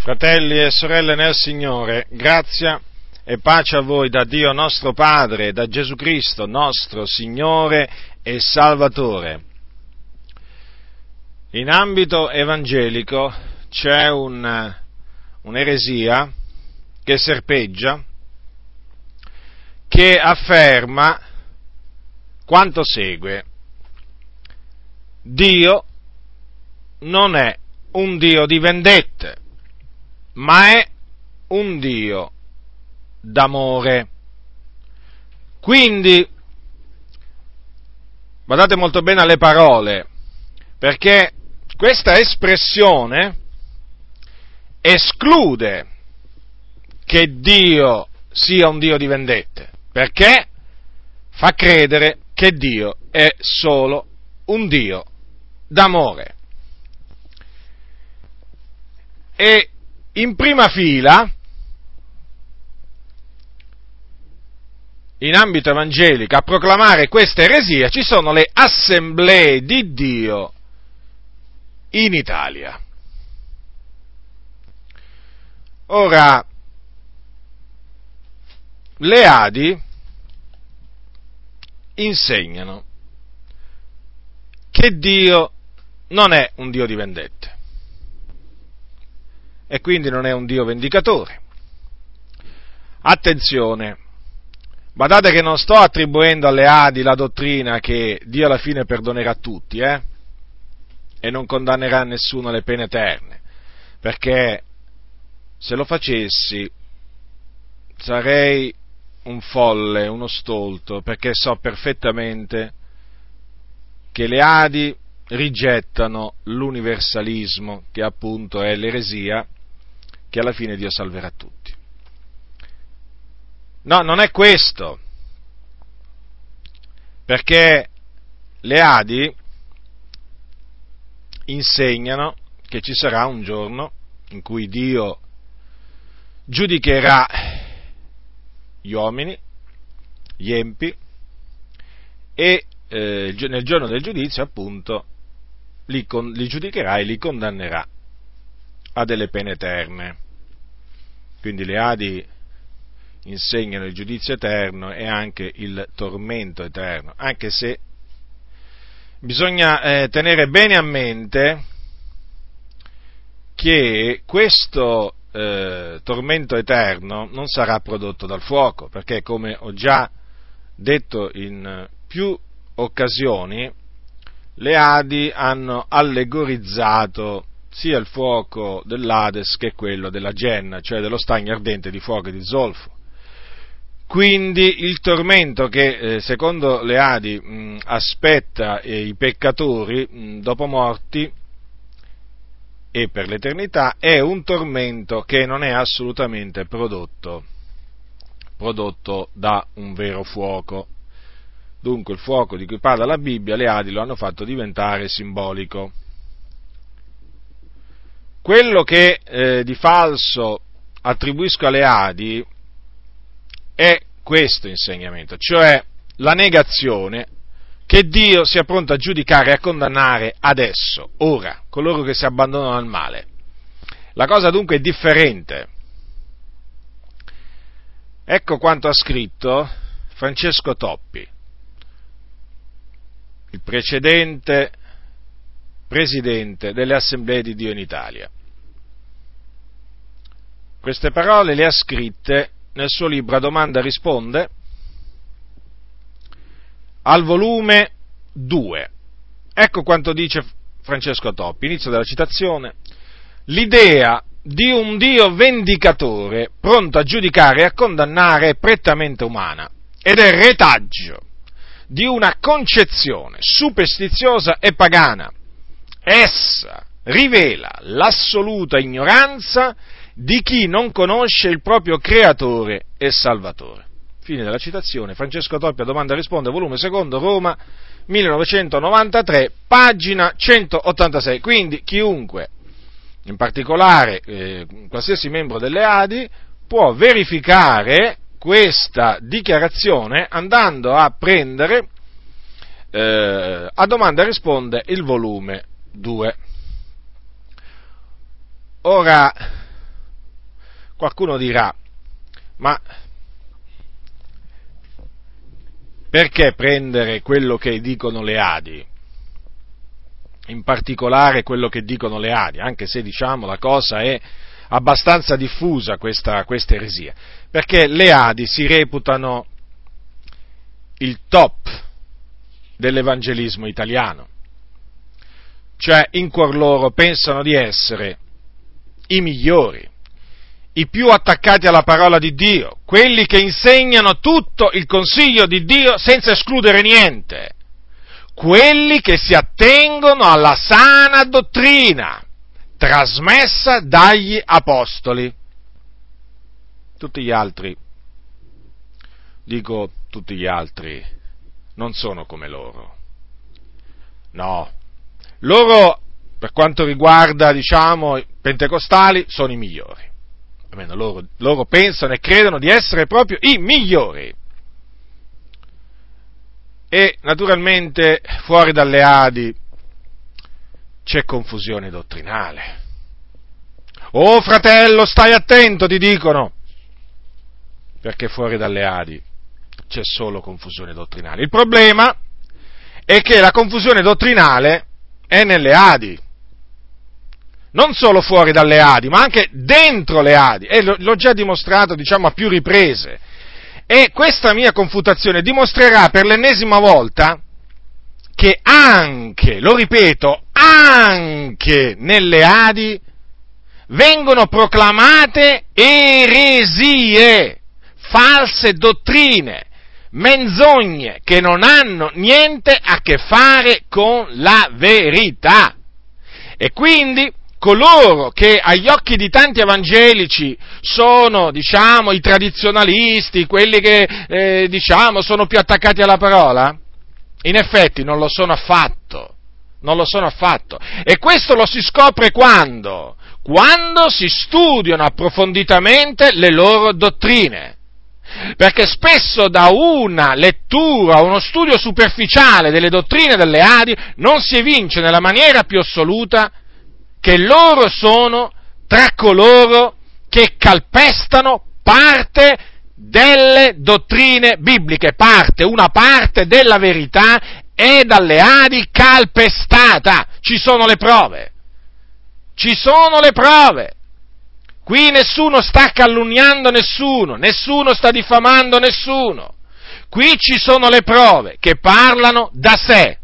Fratelli e sorelle nel Signore, grazia e pace a voi da Dio nostro Padre, da Gesù Cristo, nostro Signore e Salvatore. In ambito evangelico c'è un'eresia che serpeggia, che afferma quanto segue: Dio non è un Dio di vendette, ma è un Dio d'amore. Quindi, badate molto bene alle parole, perché questa espressione esclude che Dio sia un Dio di vendette, perché fa credere che Dio è solo un Dio d'amore. E in prima fila, in ambito evangelico, a proclamare questa eresia ci sono le assemblee di Dio in Italia. Ora, le ADI insegnano che Dio non è un Dio di vendette e quindi non è un Dio vendicatore. Attenzione, badate che non sto attribuendo alle ADI la dottrina che Dio alla fine perdonerà tutti, e non condannerà nessuno alle pene eterne, perché se lo facessi sarei un folle, uno stolto, perché so perfettamente che le ADI rigettano l'universalismo, che appunto è l'eresia che alla fine Dio salverà tutti. No, non è questo, perché le ADI insegnano che ci sarà un giorno in cui Dio giudicherà gli uomini, gli empi, e nel giorno del giudizio, appunto, li giudicherà e li condannerà a delle pene eterne. Quindi le ADI insegnano il giudizio eterno e anche il tormento eterno, anche se bisogna tenere bene a mente che questo tormento eterno non sarà prodotto dal fuoco, perché, come ho già detto in più occasioni, le ADI hanno allegorizzato sia il fuoco dell'Ades che quello della Genna, cioè dello stagno ardente di fuoco e di zolfo. Quindi il tormento che, secondo le ADI, aspetta i peccatori dopo morti e per l'eternità è un tormento che non è assolutamente prodotto da un vero fuoco. Dunque il fuoco di cui parla la Bibbia, le ADI lo hanno fatto diventare simbolico. Quello che di falso attribuisco alle ADI è questo insegnamento, cioè la negazione che Dio sia pronto a giudicare e a condannare adesso, ora, coloro che si abbandonano al male. La cosa dunque è differente. Ecco quanto ha scritto Francesco Toppi, il precedente presidente delle Assemblee di Dio in Italia. Queste parole le ha scritte nel suo libro A domanda risponde, al volume 2. Ecco quanto dice Francesco Toppi, inizio della citazione: l'idea di un Dio vendicatore pronto a giudicare e a condannare è prettamente umana ed è retaggio di una concezione superstiziosa e pagana. Essa rivela l'assoluta ignoranza di chi non conosce il proprio Creatore e Salvatore. Fine della citazione. Francesco Toppi a domanda risponde, volume 2, Roma, 1993, pagina 186. Quindi chiunque, in particolare qualsiasi membro delle ADI, può verificare questa dichiarazione andando a prendere a domanda risponde il volume 2. Ora, Qualcuno dirà, ma perché prendere quello che dicono le Adi? In particolare quello che dicono le Adi, anche se diciamo la cosa è abbastanza diffusa questa eresia, perché le Adi si reputano il top dell'evangelismo italiano, cioè in cuor loro pensano di essere i migliori, i più attaccati alla parola di Dio, quelli che insegnano tutto il consiglio di Dio senza escludere niente, quelli che si attengono alla sana dottrina trasmessa dagli apostoli. Tutti gli altri, non sono come loro. No, loro, per quanto riguarda, i pentecostali, sono i migliori. Almeno loro pensano e credono di essere proprio i migliori. E naturalmente fuori dalle Adi c'è confusione dottrinale. Oh fratello, stai attento, ti dicono, perché fuori dalle Adi c'è solo confusione dottrinale. Il problema è che la confusione dottrinale è nelle Adi, non solo fuori dalle Adi, ma anche dentro le Adi, e l'ho già dimostrato, a più riprese. E questa mia confutazione dimostrerà per l'ennesima volta che anche, lo ripeto, anche nelle Adi vengono proclamate eresie, false dottrine, menzogne che non hanno niente a che fare con la verità. E quindi coloro che agli occhi di tanti evangelici sono, i tradizionalisti, quelli che, sono più attaccati alla parola, in effetti non lo sono affatto. E questo lo si scopre quando? Quando si studiano approfonditamente le loro dottrine. Perché spesso da una lettura, uno studio superficiale delle dottrine delle Adi, non si evince nella maniera più assoluta che loro sono tra coloro che calpestano parte delle dottrine bibliche, una parte della verità è dalle Adi calpestata. Ci sono le prove. Qui nessuno sta calunniando nessuno sta diffamando nessuno. Qui ci sono le prove che parlano da sé.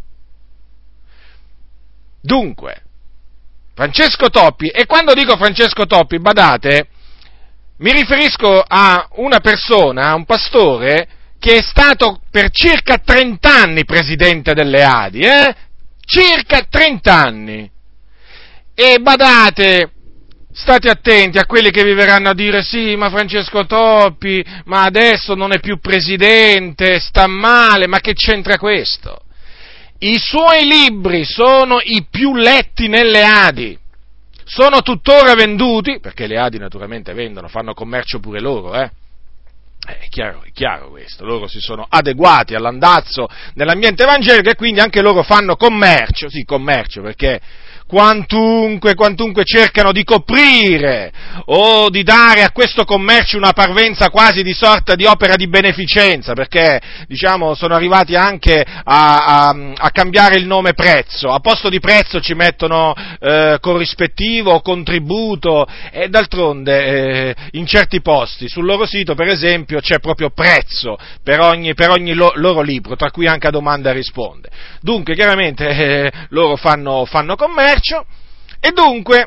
Dunque, Francesco Toppi, e quando dico Francesco Toppi, badate, mi riferisco a una persona, a un pastore, che è stato per circa 30 anni presidente delle Adi, circa 30 anni. E badate, state attenti a quelli che vi verranno a dire, sì, ma Francesco Toppi, ma adesso non è più presidente, sta male, ma che c'entra questo? I suoi libri sono i più letti nelle Adi, sono tuttora venduti, perché le Adi naturalmente vendono, fanno commercio pure loro, È chiaro questo, loro si sono adeguati all'andazzo dell'ambiente evangelico e quindi anche loro fanno commercio, perché quantunque cercano di coprire o di dare a questo commercio una parvenza quasi di sorta di opera di beneficenza, perché sono arrivati anche a cambiare il nome prezzo, a posto di prezzo ci mettono corrispettivo, contributo, e d'altronde in certi posti sul loro sito per esempio c'è proprio prezzo per ogni loro libro, tra cui anche a domanda e risponde. Dunque chiaramente loro fanno commercio. E dunque,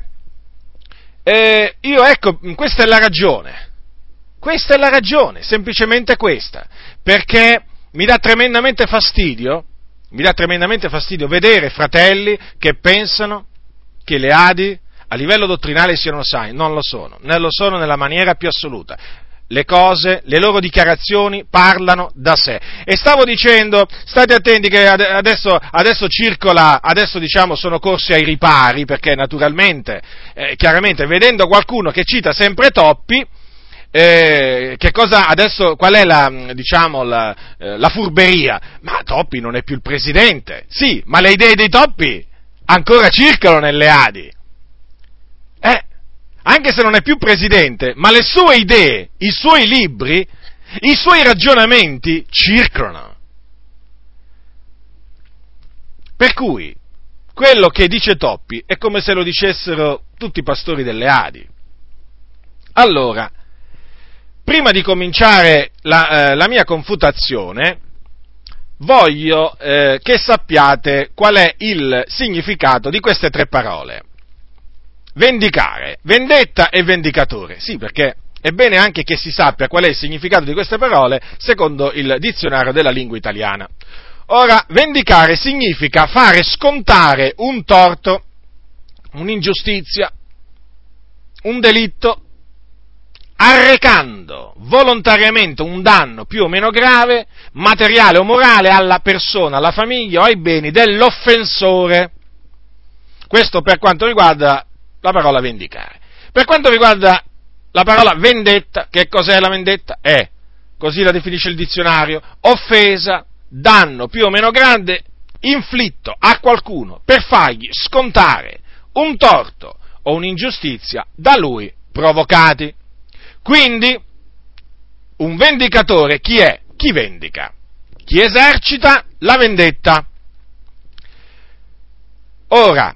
questa è la ragione, semplicemente questa, perché mi dà tremendamente fastidio vedere fratelli che pensano che le Adi a livello dottrinale siano sani. Non lo sono nella maniera più assoluta. Le loro dichiarazioni parlano da sé. E stavo dicendo, state attenti che adesso circola, sono corsi ai ripari, perché naturalmente, chiaramente, vedendo qualcuno che cita sempre Toppi, qual è la furberia? Ma Toppi non è più il presidente. Sì, ma le idee di Toppi ancora circolano nelle Adi. anche se non è più presidente, ma le sue idee, i suoi libri, i suoi ragionamenti circolano. Per cui, quello che dice Toppi è come se lo dicessero tutti i pastori delle Adi. Allora, prima di cominciare la mia confutazione, voglio che sappiate qual è il significato di queste tre parole. Vendicare, vendetta e vendicatore. Sì, perché è bene anche che si sappia qual è il significato di queste parole secondo il dizionario della lingua italiana. Ora, vendicare significa fare scontare un torto, un'ingiustizia, un delitto, arrecando volontariamente un danno più o meno grave, materiale o morale, alla persona, alla famiglia o ai beni dell'offensore. Questo per quanto riguarda la parola vendicare. Per quanto riguarda la parola vendetta, che cos'è la vendetta? È, così la definisce il dizionario, offesa, danno più o meno grande inflitto a qualcuno per fargli scontare un torto o un'ingiustizia da lui provocati. Quindi, un vendicatore chi è? Chi vendica? Chi esercita la vendetta. Ora,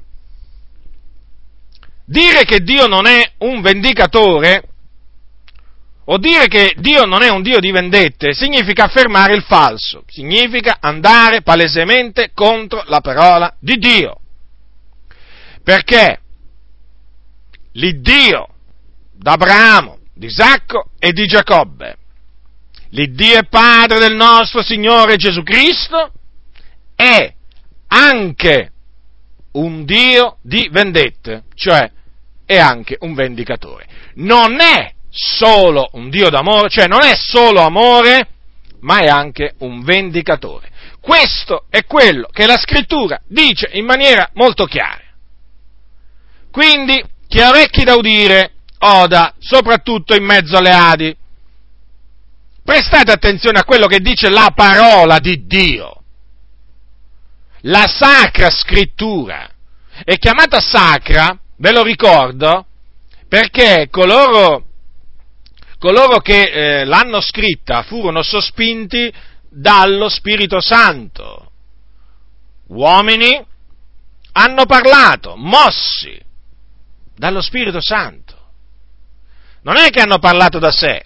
dire che Dio non è un vendicatore, o dire che Dio non è un Dio di vendette, significa affermare il falso, significa andare palesemente contro la parola di Dio. Perché l'Iddio d'Abramo, di Isacco e di Giacobbe, l'Iddio e Padre del nostro Signore Gesù Cristo, è anche un Dio di vendette, cioè è anche un vendicatore. Non è solo un Dio d'amore, cioè non è solo amore, ma è anche un vendicatore. Questo è quello che la Scrittura dice in maniera molto chiara. Quindi, chi ha orecchi da udire, oda, soprattutto in mezzo alle Adi. Prestate attenzione a quello che dice la parola di Dio. La Sacra Scrittura è chiamata sacra, ve lo ricordo, perché coloro che l'hanno scritta furono sospinti dallo Spirito Santo. Uomini hanno parlato, mossi dallo Spirito Santo. Non è che hanno parlato da sé,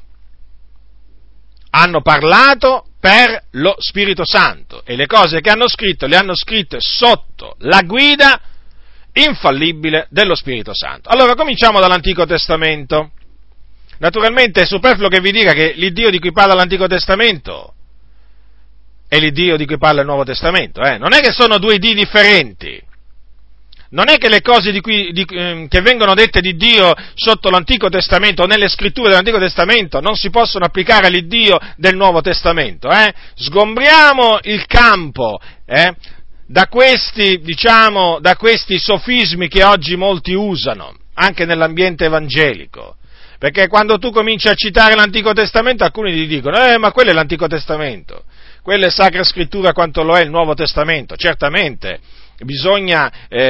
hanno parlato per lo Spirito Santo e le cose che hanno scritto le hanno scritte sotto la guida infallibile dello Spirito Santo. Allora cominciamo dall'Antico Testamento. Naturalmente è superfluo che vi dica che l'Iddio di cui parla l'Antico Testamento è l'Iddio di cui parla il Nuovo Testamento, non è che sono due Dii differenti. Non è che le cose che vengono dette di Dio sotto l'Antico Testamento o nelle scritture dell'Antico Testamento non si possono applicare all'Iddio del Nuovo Testamento. Sgombriamo il campo da questi sofismi che oggi molti usano, anche nell'ambiente evangelico. Perché quando tu cominci a citare l'Antico Testamento, alcuni ti dicono, ma quello è l'Antico Testamento, quella è Sacra Scrittura quanto lo è il Nuovo Testamento. Certamente, bisogna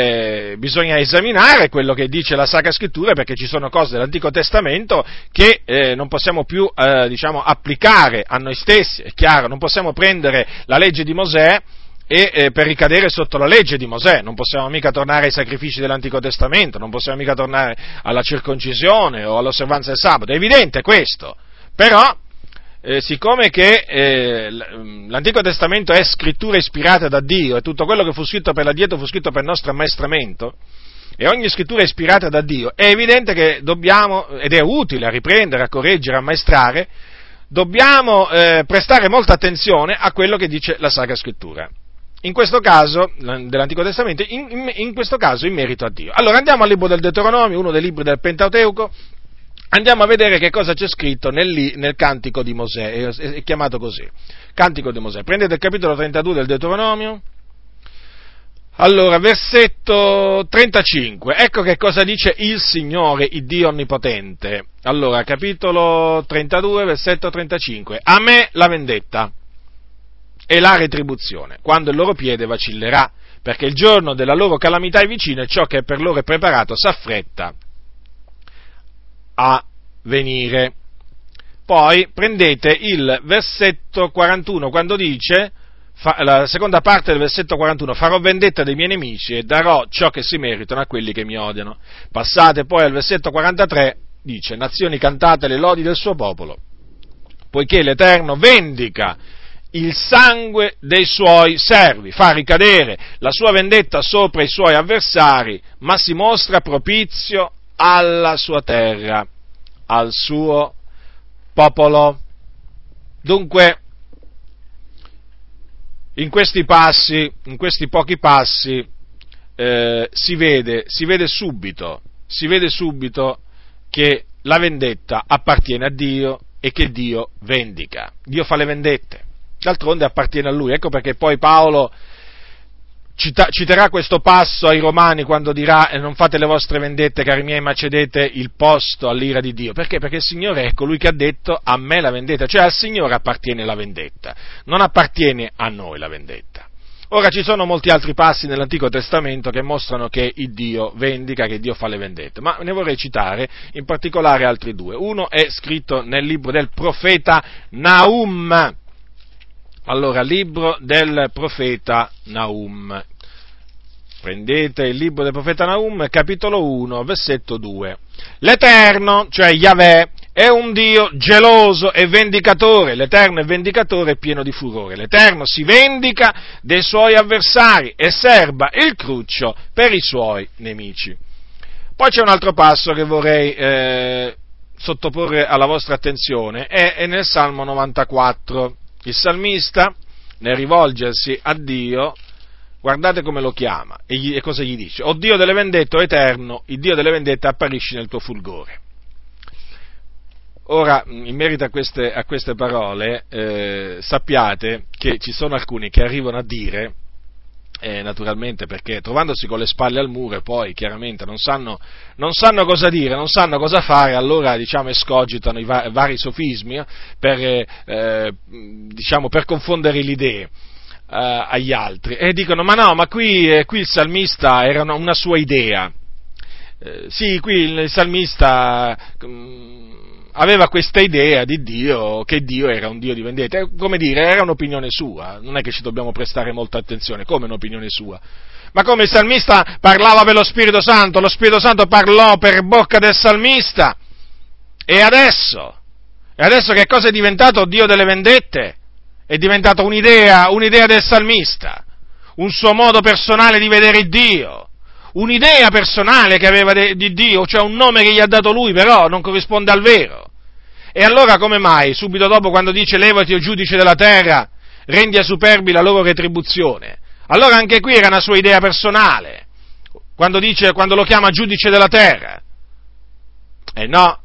esaminare quello che dice la Sacra Scrittura, perché ci sono cose dell'Antico Testamento che non possiamo più applicare a noi stessi, è chiaro, non possiamo prendere la legge di Mosè e per ricadere sotto la legge di Mosè, non possiamo mica tornare ai sacrifici dell'Antico Testamento, non possiamo mica tornare alla circoncisione o all'osservanza del sabato, è evidente questo, però siccome che l'Antico Testamento è scrittura ispirata da Dio e tutto quello che fu scritto per l'addietro fu scritto per il nostro ammaestramento, e ogni scrittura è ispirata da Dio, è evidente che dobbiamo, ed è utile a riprendere, a correggere, a ammaestrare, dobbiamo prestare molta attenzione a quello che dice la Sacra Scrittura. In questo caso, dell'Antico Testamento, in questo caso in merito a Dio. Allora andiamo al libro del Deuteronomio, uno dei libri del Pentateuco, andiamo a vedere che cosa c'è scritto nel Cantico di Mosè, è chiamato così, Cantico di Mosè. Prendete il capitolo 32 del Deuteronomio, allora, versetto 35, ecco che cosa dice il Signore, il Dio Onnipotente. Allora, capitolo 32, versetto 35, a me la vendetta e la retribuzione, quando il loro piede vacillerà, perché il giorno della loro calamità è vicino e ciò che per loro è preparato s'affretta a venire. Poi prendete il versetto 41, quando dice, la seconda parte del versetto 41, farò vendetta dei miei nemici e darò ciò che si meritano a quelli che mi odiano. Passate poi al versetto 43, dice, nazioni cantate le lodi del suo popolo, poiché l'Eterno vendica il sangue dei suoi servi, fa ricadere la sua vendetta sopra i suoi avversari, ma si mostra propizio alla sua terra, al suo popolo. Dunque, in questi pochi passi, si vede subito che la vendetta appartiene a Dio e che Dio vendica. Dio fa le vendette, d'altronde appartiene a Lui. Ecco perché poi Paolo citerà questo passo ai Romani quando dirà: non fate le vostre vendette, cari miei, ma cedete il posto all'ira di Dio. Perché? Perché il Signore è colui che ha detto: a me la vendetta, cioè al Signore appartiene la vendetta, non appartiene a noi la vendetta. Ora, ci sono molti altri passi nell'Antico Testamento che mostrano che il Dio vendica, che Dio fa le vendette, ma ne vorrei citare in particolare altri due. Uno è scritto nel libro del profeta Nahum. Allora, libro del profeta Nahum. Prendete il libro del profeta Nahum, capitolo 1, versetto 2. L'Eterno, cioè Yahweh, è un Dio geloso e vendicatore. L'Eterno è vendicatore e pieno di furore. L'Eterno si vendica dei suoi avversari e serba il cruccio per i suoi nemici. Poi c'è un altro passo che vorrei sottoporre alla vostra attenzione, è nel Salmo 94. Il salmista, nel rivolgersi a Dio, guardate come lo chiama e cosa gli dice: o Dio delle vendette, o Eterno, il Dio delle vendette, apparisci nel tuo fulgore. Ora, in merito a queste parole, sappiate che ci sono alcuni che arrivano a dire, naturalmente perché trovandosi con le spalle al muro e poi chiaramente non sanno cosa dire, non sanno cosa fare, allora escogitano i vari sofismi per confondere le idee agli altri, e dicono: ma qui il salmista era una sua idea, sì, qui il salmista aveva questa idea di Dio, che Dio era un Dio di vendetta. Come dire, era un'opinione sua, non è che ci dobbiamo prestare molta attenzione, come un'opinione sua. Ma come il salmista parlava per lo Spirito Santo parlò per bocca del salmista, e adesso che cosa è diventato Dio delle vendette? È diventato un'idea del salmista, un suo modo personale di vedere Dio, un'idea personale che aveva di Dio, cioè un nome che gli ha dato lui, però non corrisponde al vero. E allora come mai, subito dopo, quando dice levati o giudice della terra, rendi ai superbi la loro retribuzione? Allora anche qui era una sua idea personale, quando lo chiama giudice della terra. No.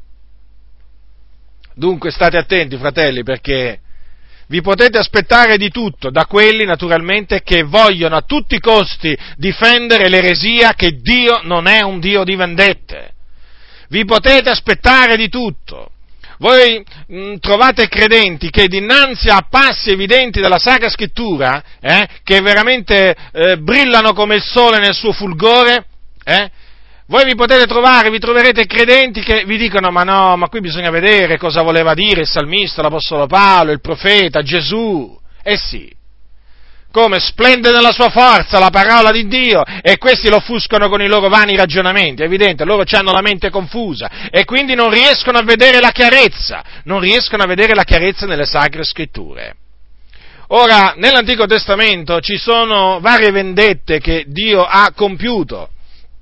Dunque state attenti, fratelli, perché vi potete aspettare di tutto da quelli, naturalmente, che vogliono a tutti i costi difendere l'eresia che Dio non è un Dio di vendette. Vi potete aspettare di tutto. Voi trovate credenti che dinanzi a passi evidenti della Sacra Scrittura, che veramente brillano come il sole nel suo fulgore, voi vi troverete credenti che vi dicono: ma no, ma qui bisogna vedere cosa voleva dire il salmista, l'apostolo Paolo, il profeta, Gesù. Sì, come splende nella sua forza la parola di Dio, e questi lo offuscano con i loro vani ragionamenti. È evidente, loro hanno la mente confusa e quindi non riescono a vedere la chiarezza nelle Sacre Scritture. Ora, nell'Antico Testamento ci sono varie vendette che Dio ha compiuto.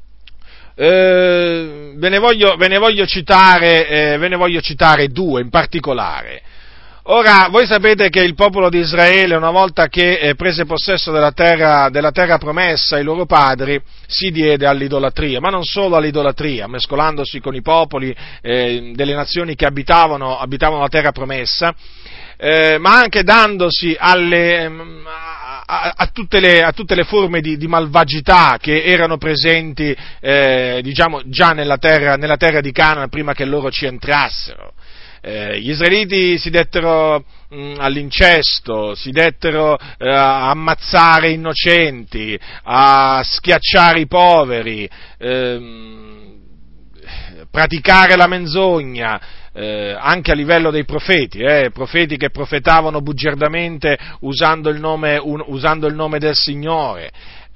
Ve ne voglio citare due in particolare. Ora, voi sapete che il popolo di Israele, una volta che prese possesso della terra promessa ai loro padri, si diede all'idolatria, ma non solo all'idolatria, mescolandosi con i popoli delle nazioni che abitavano la terra promessa, ma anche dandosi a tutte le forme di malvagità che erano presenti, già nella terra di Canaan prima che loro ci entrassero. Gli israeliti si dettero all'incesto, si dettero a ammazzare innocenti, a schiacciare i poveri, praticare la menzogna, anche a livello dei profeti, profeti che profetavano bugiardamente usando il nome del Signore,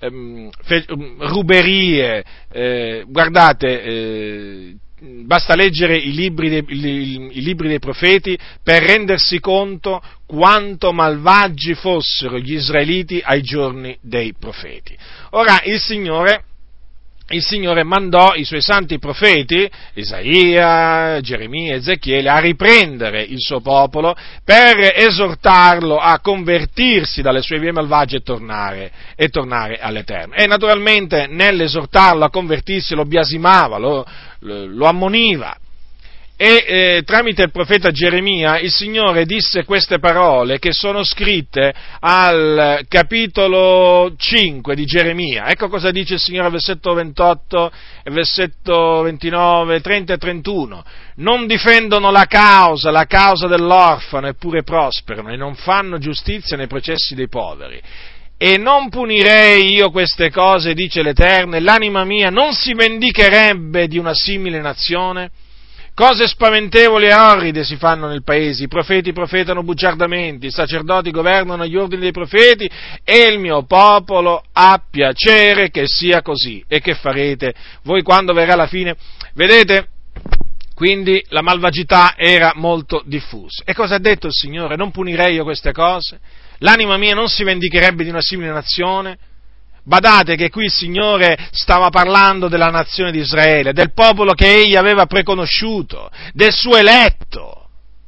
ruberie, guardate, basta leggere i libri dei profeti per rendersi conto quanto malvagi fossero gli israeliti ai giorni dei profeti. Ora il Signore mandò i suoi santi profeti, Isaia, Geremia, Ezechiele, a riprendere il suo popolo per esortarlo a convertirsi dalle sue vie malvagie e tornare all'Eterno. E naturalmente nell'esortarlo a convertirsi lo biasimava, lo ammoniva. E tramite il profeta Geremia il Signore disse queste parole che sono scritte al capitolo 5 di Geremia. Ecco cosa dice il Signore al versetto 28, versetto 29, 30 e 31. Non difendono la causa dell'orfano, eppure prosperano, e non fanno giustizia nei processi dei poveri. E non punirei io queste cose, dice l'Eterno, e l'anima mia non si vendicherebbe di una simile nazione? Cose spaventevoli e orride si fanno nel paese, i profeti profetano bugiardamente, i sacerdoti governano agli ordini dei profeti, e il mio popolo ha piacere che sia così. E che farete voi quando verrà la fine? Vedete? Quindi la malvagità era molto diffusa. E cosa ha detto il Signore? Non punirei io queste cose? L'anima mia non si vendicherebbe di una simile nazione? Badate che qui il Signore stava parlando della nazione di Israele, del popolo che egli aveva preconosciuto, del suo eletto,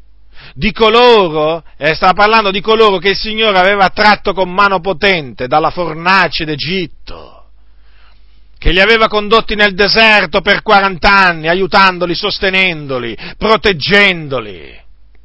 stava parlando di coloro che il Signore aveva tratto con mano potente dalla fornace d'Egitto, che li aveva condotti nel deserto per 40 anni, aiutandoli, sostenendoli, proteggendoli.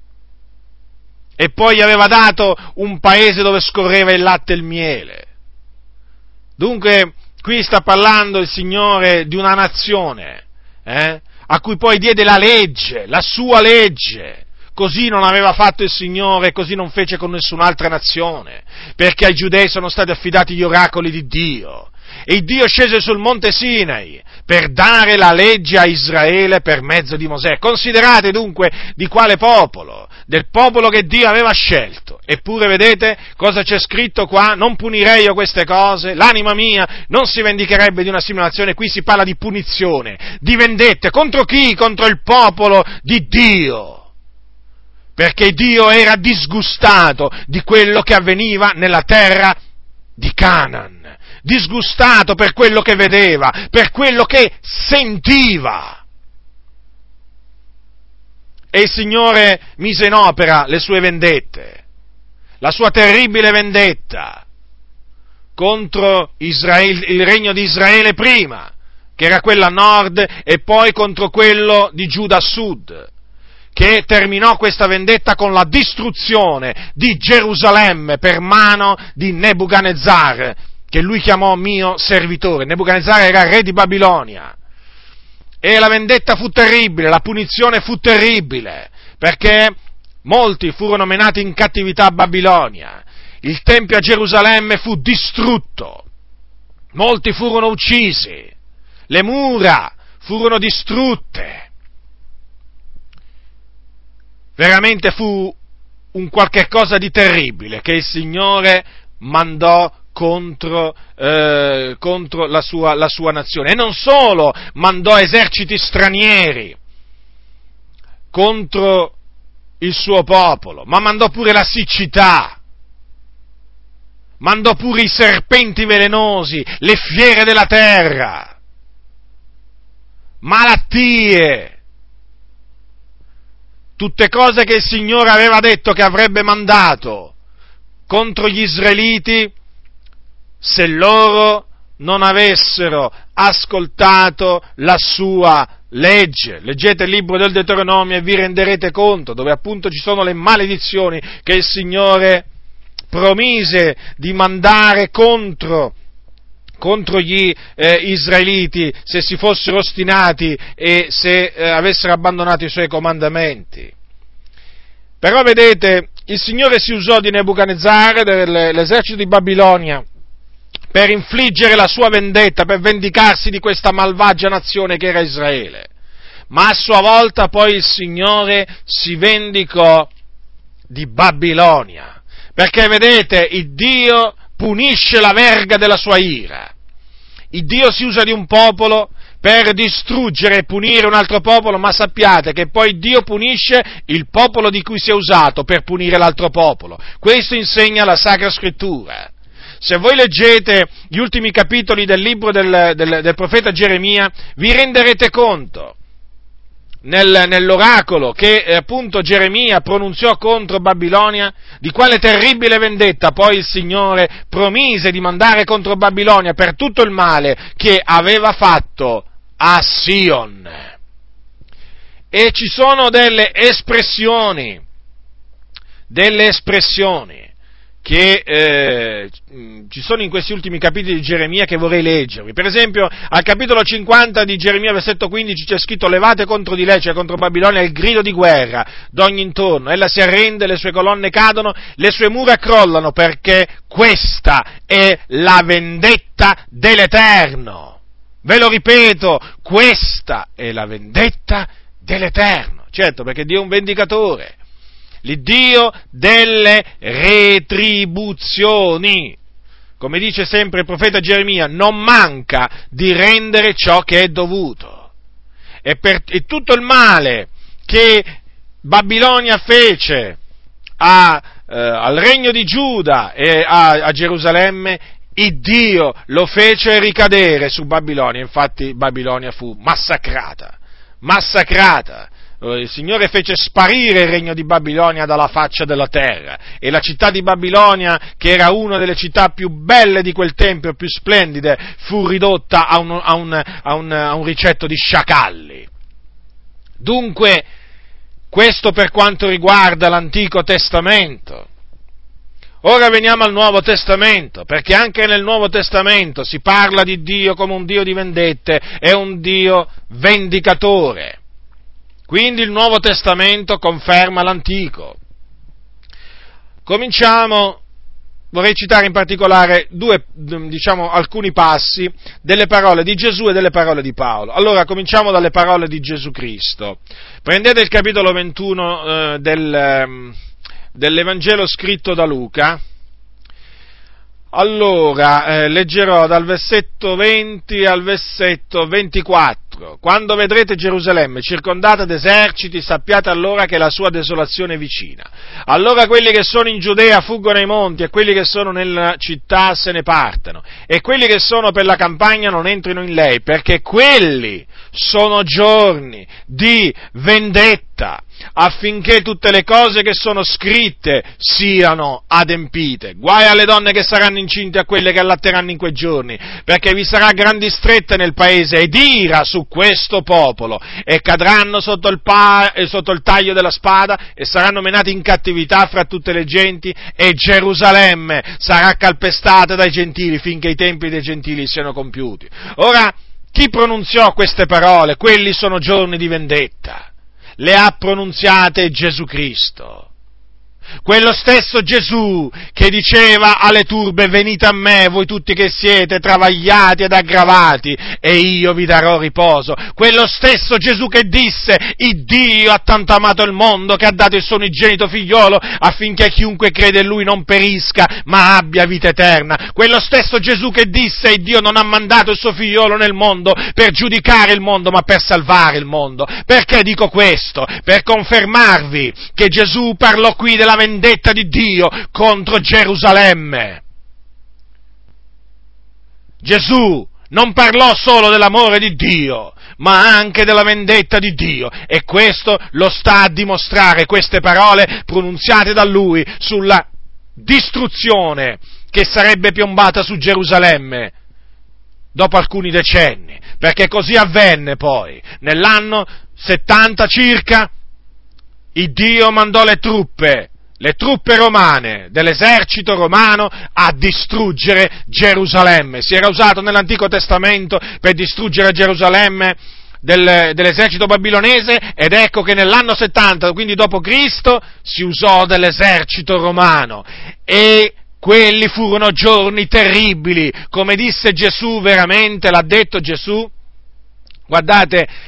E poi gli aveva dato un paese dove scorreva il latte e il miele. Dunque, qui sta parlando il Signore di una nazione, a cui poi diede la legge, la sua legge. Così non aveva fatto il Signore, così non fece con nessun'altra nazione, perché ai Giudei sono stati affidati gli oracoli di Dio. E Dio scese sul monte Sinai per dare la legge a Israele per mezzo di Mosè. Considerate dunque di quale popolo, del popolo che Dio aveva scelto. Eppure vedete cosa c'è scritto qua? Non punirei io queste cose, l'anima mia non si vendicherebbe di una simile nazione. Qui si parla di punizione, di vendette, contro chi? Contro il popolo di Dio. Perché Dio era disgustato di quello che avveniva nella terra di Canaan. Disgustato per quello che vedeva, per quello che sentiva. E il Signore mise in opera le sue vendette, la sua terribile vendetta contro Israele, il regno di Israele prima, che era quello a nord, e poi contro quello di Giuda a sud, che terminò questa vendetta con la distruzione di Gerusalemme per mano di Nebuchadnezzar, che lui chiamò mio servitore. Nebuchadnezzar era re di Babilonia. E la vendetta fu terribile, la punizione fu terribile, perché molti furono menati in cattività a Babilonia, il Tempio a Gerusalemme fu distrutto, molti furono uccisi, le mura furono distrutte. Veramente fu un qualche cosa di terribile che il Signore mandò contro la sua nazione. E non solo mandò eserciti stranieri contro il suo popolo, ma mandò pure la siccità, mandò pure i serpenti velenosi, le fiere della terra, malattie, tutte cose che il Signore aveva detto che avrebbe mandato contro gli israeliti se loro non avessero ascoltato la sua legge. Leggete il libro del Deuteronomio e vi renderete conto, dove appunto ci sono le maledizioni che il Signore promise di mandare contro gli israeliti se si fossero ostinati e se avessero abbandonato i suoi comandamenti. Però vedete, il Signore si usò di Nebuchadnezzar, dell'esercito di Babilonia, per infliggere la sua vendetta, per vendicarsi di questa malvagia nazione che era Israele. ma a sua volta poi il Signore si vendicò di Babilonia, perché vedete, il Dio punisce la verga della sua ira. Il Dio si usa di un popolo per distruggere e punire un altro popolo, ma sappiate che poi Dio punisce il popolo di cui si è usato per punire l'altro popolo. Questo insegna la Sacra Scrittura. Se voi leggete gli ultimi capitoli del libro del profeta Geremia, vi renderete conto nell'oracolo che appunto Geremia pronunziò contro Babilonia, di quale terribile vendetta poi il Signore promise di mandare contro Babilonia per tutto il male che aveva fatto a Sion. E ci sono delle espressioni che ci sono in questi ultimi capitoli di Geremia che vorrei leggervi. Per esempio, al capitolo 50 di Geremia, versetto 15, c'è scritto: levate contro di lei, cioè contro Babilonia, il grido di guerra d'ogni intorno. Ella si arrende, le sue colonne cadono, le sue mura crollano, perché questa è la vendetta dell'Eterno. Ve lo ripeto, questa è la vendetta dell'Eterno. Certo, perché Dio è un vendicatore. L'Iddio delle retribuzioni. Come dice sempre il profeta Geremia, non manca di rendere ciò che è dovuto. E tutto il male che Babilonia fece al regno di Giuda e a Gerusalemme, il Dio lo fece ricadere su Babilonia. Infatti Babilonia fu massacrata. Il Signore fece sparire il regno di Babilonia dalla faccia della terra, e la città di Babilonia, che era una delle città più belle di quel tempo, più splendide, fu ridotta a un ricetto di sciacalli. Dunque, questo per quanto riguarda l'Antico Testamento. Ora veniamo al Nuovo Testamento, perché anche nel Nuovo Testamento si parla di Dio come un Dio di vendette, è un Dio vendicatore. Quindi il Nuovo Testamento conferma l'Antico. Vorrei citare in particolare alcuni passi delle parole di Gesù e delle parole di Paolo. Allora, cominciamo dalle parole di Gesù Cristo. Prendete il capitolo 21 dell'Evangelo scritto da Luca. Allora, leggerò dal versetto 20 al versetto 24. Quando vedrete Gerusalemme circondata d'eserciti, sappiate allora che la sua desolazione è vicina. Allora quelli che sono in Giudea fuggono ai monti, e quelli che sono nella città se ne partano, e quelli che sono per la campagna non entrino in lei, perché quelli sono giorni di vendetta, affinché tutte le cose che sono scritte siano adempite. Guai alle donne che saranno incinte e a quelle che allatteranno in quei giorni, perché vi sarà gran distretta nel paese ed ira su questo popolo, e cadranno sotto il taglio della spada e saranno menati in cattività fra tutte le genti, e Gerusalemme sarà calpestata dai gentili finché i tempi dei gentili siano compiuti. Ora, chi pronunziò queste parole? Quelli sono giorni di vendetta. Le ha pronunziate Gesù Cristo. Quello stesso Gesù che diceva alle turbe: venite a me, voi tutti che siete travagliati ed aggravati, e io vi darò riposo. Quello stesso Gesù che disse: il Dio ha tanto amato il mondo che ha dato il suo unigenito figliolo, affinché chiunque crede in Lui non perisca, ma abbia vita eterna. Quello stesso Gesù che disse: il Dio non ha mandato il suo figliolo nel mondo per giudicare il mondo, ma per salvare il mondo. Perché dico questo? Per confermarvi che Gesù parlò qui della vendetta di Dio contro Gerusalemme. Gesù non parlò solo dell'amore di Dio, ma anche della vendetta di Dio, e questo lo sta a dimostrare queste parole pronunziate da Lui sulla distruzione che sarebbe piombata su Gerusalemme dopo alcuni decenni, perché così avvenne poi. Nell'anno 70 circa, il Dio mandò le truppe romane, dell'esercito romano, a distruggere Gerusalemme. Si era usato nell'Antico Testamento per distruggere Gerusalemme dell'esercito babilonese, ed ecco che nell'anno 70, quindi dopo Cristo, si usò dell'esercito romano, e quelli furono giorni terribili, come disse Gesù, veramente l'ha detto Gesù. Guardate,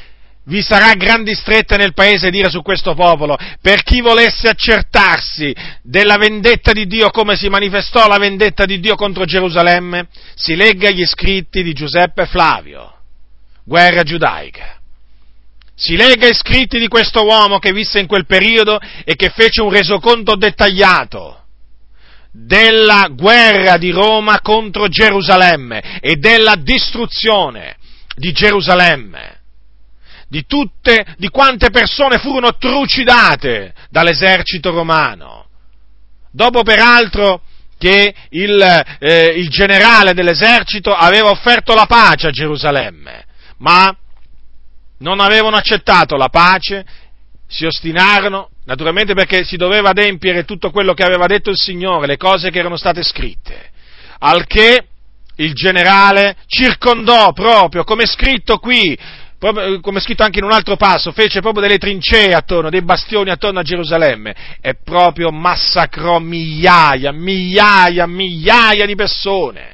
vi sarà gran distretta nel paese d'ira su questo popolo, per chi volesse accertarsi della vendetta di Dio, come si manifestò la vendetta di Dio contro Gerusalemme, si legga gli scritti di Giuseppe Flavio, Guerra giudaica. Si legga gli scritti di questo uomo che visse in quel periodo e che fece un resoconto dettagliato della guerra di Roma contro Gerusalemme e della distruzione di Gerusalemme, di quante persone furono trucidate dall'esercito romano, dopo peraltro che il generale dell'esercito aveva offerto la pace a Gerusalemme, ma non avevano accettato la pace, si ostinarono, naturalmente perché si doveva adempiere tutto quello che aveva detto il Signore, le cose che erano state scritte, al che il generale circondò proprio, come è scritto qui, come è scritto anche in un altro passo, fece proprio delle trincee attorno, dei bastioni attorno a Gerusalemme, e proprio massacrò migliaia di persone.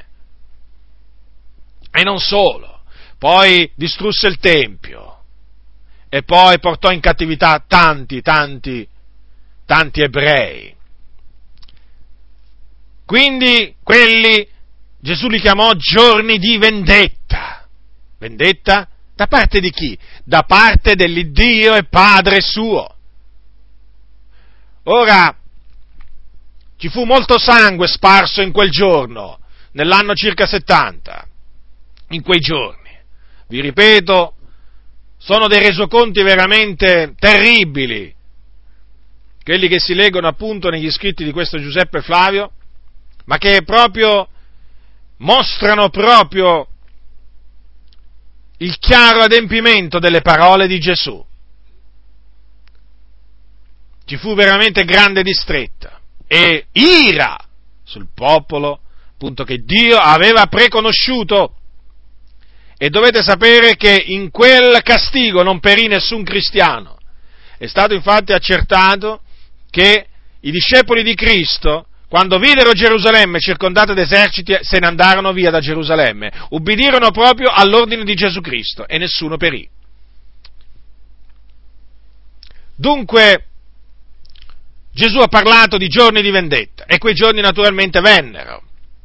E non solo, poi distrusse il Tempio, e poi portò in cattività tanti ebrei. Quindi quelli Gesù li chiamò giorni di vendetta. Vendetta? Da parte di chi? Da parte dell'Iddio e Padre suo. Ora, ci fu molto sangue sparso in quel giorno, nell'anno circa 70, in quei giorni. Vi ripeto, sono dei resoconti veramente terribili, quelli che si leggono appunto negli scritti di questo Giuseppe Flavio, ma che proprio mostrano proprio il chiaro adempimento delle parole di Gesù. Ci fu veramente grande distretta e ira sul popolo, appunto, che Dio aveva preconosciuto. E dovete sapere che in quel castigo non perì nessun cristiano. È stato infatti accertato che i discepoli di Cristo, quando videro Gerusalemme circondata d'eserciti, se ne andarono via da Gerusalemme, ubbidirono proprio all'ordine di Gesù Cristo e nessuno perì. Dunque, Gesù ha parlato di giorni di vendetta e quei giorni naturalmente vennero.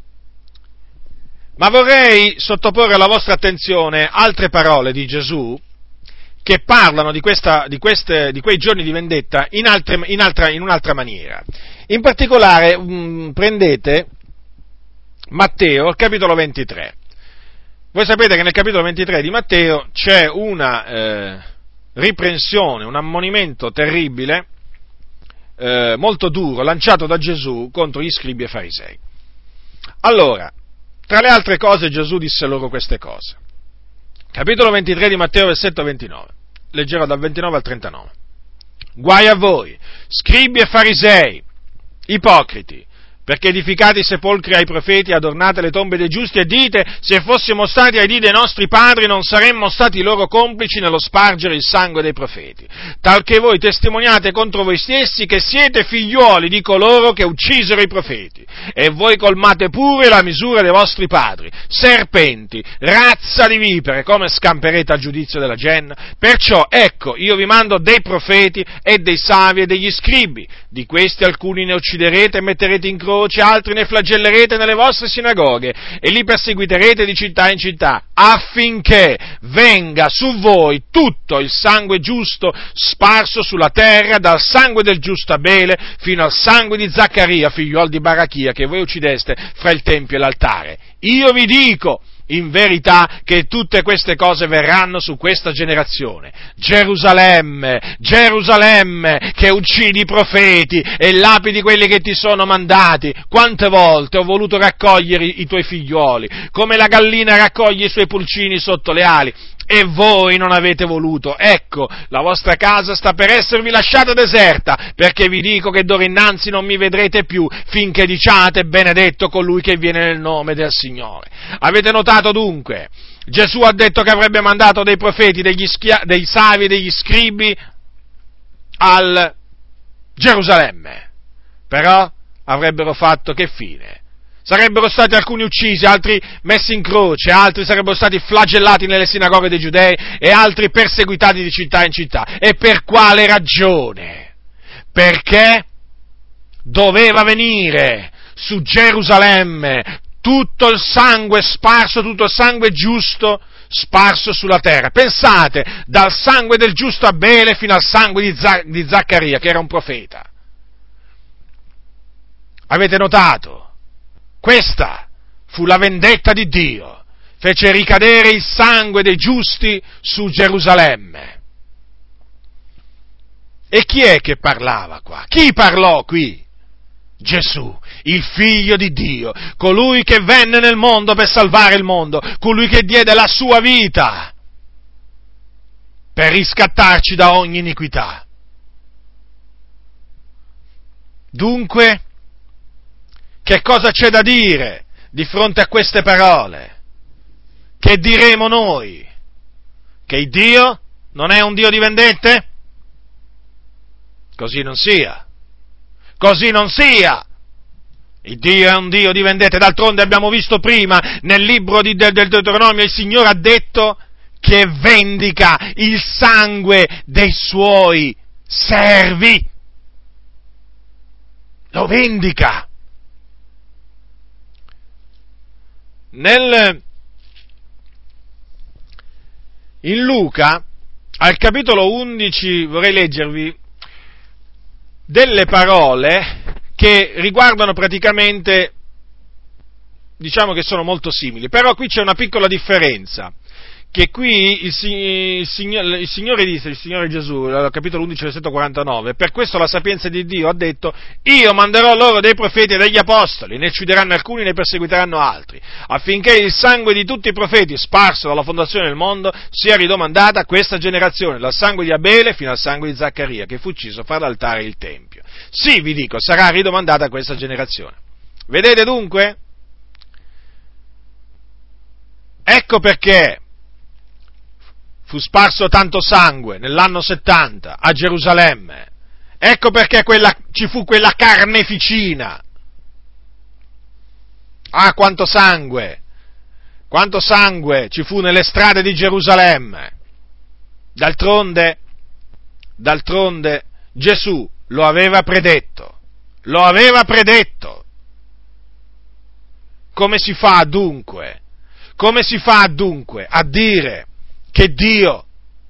Ma vorrei sottoporre alla vostra attenzione altre parole di Gesù che parlano di quei giorni di vendetta in un'altra maniera. In particolare, prendete Matteo, il capitolo 23. Voi sapete che nel capitolo 23 di Matteo c'è una riprensione, un ammonimento terribile, molto duro, lanciato da Gesù contro gli scribi e farisei. Allora, tra le altre cose Gesù disse loro queste cose. Capitolo 23 di Matteo, versetto 29. Leggerò dal 29 al 39. Guai a voi, scribi e farisei, ipocriti, perché edificate i sepolcri ai profeti, adornate le tombe dei giusti e dite: se fossimo stati ai dì dei nostri padri non saremmo stati loro complici nello spargere il sangue dei profeti, talché voi testimoniate contro voi stessi che siete figliuoli di coloro che uccisero i profeti, e voi colmate pure la misura dei vostri padri. Serpenti, razza di vipere, come scamperete al giudizio della genna? Perciò, ecco, io vi mando dei profeti e dei savi e degli scribi, di questi alcuni ne ucciderete e metterete in croce, altri ne flagellerete nelle vostre sinagoghe e li perseguiterete di città in città, affinché venga su voi tutto il sangue giusto sparso sulla terra, dal sangue del giusto Abele fino al sangue di Zaccaria, figliuol di Barachia, che voi uccideste fra il tempio e l'altare. Io vi dico in verità che tutte queste cose verranno su questa generazione. Gerusalemme, Gerusalemme, che uccidi i profeti e lapidi quelli che ti sono mandati, quante volte ho voluto raccogliere i tuoi figlioli, come la gallina raccoglie i suoi pulcini sotto le ali, e voi non avete voluto. Ecco, la vostra casa sta per esservi lasciata deserta, perché vi dico che d'ora innanzi non mi vedrete più, finché diciate: benedetto colui che viene nel nome del Signore. Avete notato dunque? Gesù ha detto che avrebbe mandato dei profeti, dei savi e degli scribi al Gerusalemme, però avrebbero fatto che fine? Sarebbero stati alcuni uccisi, altri messi in croce, altri sarebbero stati flagellati nelle sinagoghe dei giudei e altri perseguitati di città in città. E per quale ragione? Perché doveva venire su Gerusalemme tutto il sangue sparso, tutto il sangue giusto sparso sulla terra. Pensate, dal sangue del giusto Abele fino al sangue di Zaccaria, che era un profeta. Avete notato? Questa fu la vendetta di Dio, fece ricadere il sangue dei giusti su Gerusalemme. E chi è che parlava qua? Chi parlò qui? Gesù, il Figlio di Dio, colui che venne nel mondo per salvare il mondo, colui che diede la sua vita per riscattarci da ogni iniquità. Dunque, che cosa c'è da dire di fronte a queste parole? Che diremo noi? Che il Dio non è un Dio di vendette? Così non sia. Così non sia. Il Dio è un Dio di vendette. D'altronde abbiamo visto prima nel libro del Deuteronomio, il Signore ha detto che vendica il sangue dei Suoi servi. Lo vendica. In Luca, al capitolo 11, vorrei leggervi delle parole che riguardano praticamente, diciamo che sono molto simili, però qui c'è una piccola differenza, che qui il Signore disse, il Signore Gesù, al capitolo 11, versetto 49, per questo la sapienza di Dio ha detto, io manderò loro dei profeti e degli apostoli, ne uccideranno alcuni, ne perseguiteranno altri, affinché il sangue di tutti i profeti sparso dalla fondazione del mondo sia ridomandata a questa generazione, dal sangue di Abele fino al sangue di Zaccaria, che fu ucciso fra l'altare e il Tempio. Sì, vi dico, sarà ridomandata a questa generazione. Vedete dunque? Ecco perché fu sparso tanto sangue nell'anno 70 a Gerusalemme. Ecco perché ci fu quella carneficina. Ah, quanto sangue ci fu nelle strade di Gerusalemme. D'altronde Gesù lo aveva predetto. Come si fa dunque a dire che Dio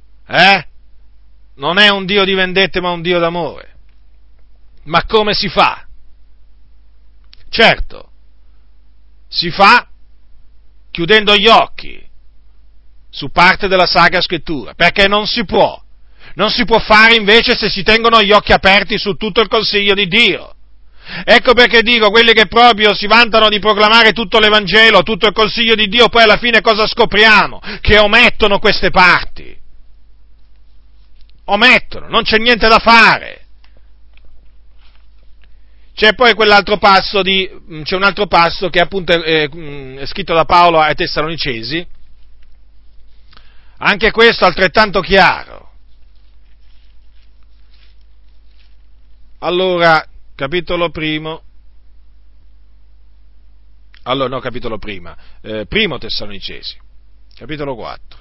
non è un Dio di vendette ma un Dio d'amore? Ma come si fa? Certo, si fa chiudendo gli occhi su parte della Sacra Scrittura, perché non si può fare invece se si tengono gli occhi aperti su tutto il consiglio di Dio. Ecco perché dico, quelli che proprio si vantano di proclamare tutto l'Evangelo, tutto il consiglio di Dio, poi alla fine cosa scopriamo? Che omettono queste parti. Non c'è niente da fare. C'è poi c'è un altro passo che appunto è scritto da Paolo ai Tessalonicesi, anche questo altrettanto chiaro. Allora, primo Tessalonicesi, capitolo 4.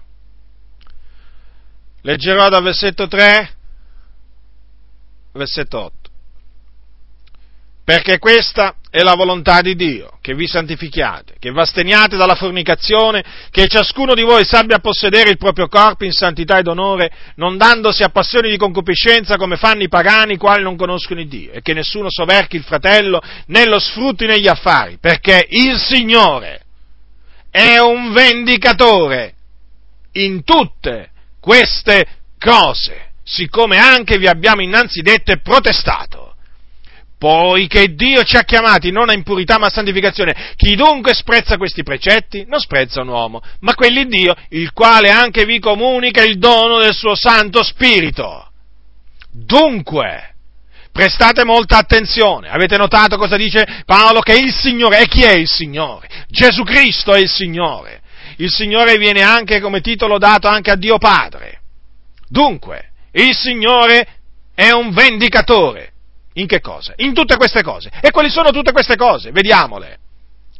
Leggerò dal versetto 3, versetto 8. Perché questa è la volontà di Dio, che vi santifichiate, che v'asteniate dalla fornicazione, che ciascuno di voi sappia possedere il proprio corpo in santità ed onore, non dandosi a passioni di concupiscenza come fanno i pagani, i quali non conoscono il Dio, e che nessuno soverchi il fratello, né lo sfrutti negli affari, perché il Signore è un vendicatore in tutte queste cose, siccome anche vi abbiamo innanzi detto e protestato. Poiché Dio ci ha chiamati non a impurità ma a santificazione. Chi dunque sprezza questi precetti non sprezza un uomo, ma quelli Dio, il quale anche vi comunica il dono del suo Santo Spirito. Dunque, prestate molta attenzione. Avete notato cosa dice Paolo? Che il Signore, e chi è il Signore? Gesù Cristo è il Signore. Il Signore viene anche come titolo dato anche a Dio Padre. Dunque, il Signore è un vendicatore. In che cosa? In tutte queste cose. E quali sono tutte queste cose? Vediamole.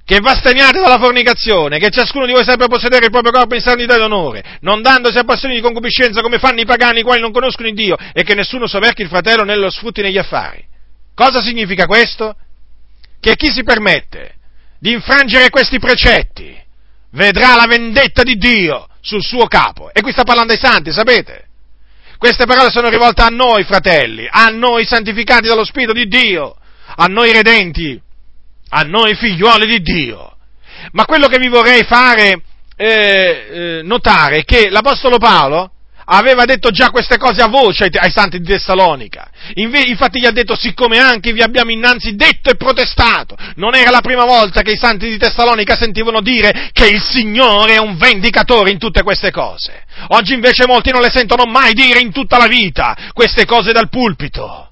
che v'asteniate dalla fornicazione, che ciascuno di voi sappia possedere il proprio corpo in santità ed onore, non dandosi a passioni di concupiscenza come fanno i pagani, i quali non conoscono il Dio, e che nessuno soverchi il fratello né lo sfrutti negli affari. Cosa significa questo? Che chi si permette di infrangere questi precetti vedrà la vendetta di Dio sul suo capo. E qui sta parlando ai santi, sapete? Queste parole sono rivolte a noi, fratelli, a noi santificati dallo Spirito di Dio, a noi redenti, a noi figliuoli di Dio. Ma quello che vi vorrei fare notare è che l'Apostolo Paolo aveva detto già queste cose a voce ai santi di Tessalonica. Infatti gli ha detto: siccome anche vi abbiamo innanzi detto e protestato. Non era la prima volta che i santi di Tessalonica sentivano dire che il Signore è un vendicatore in tutte queste cose. Oggi invece molti non le sentono mai dire in tutta la vita queste cose dal pulpito.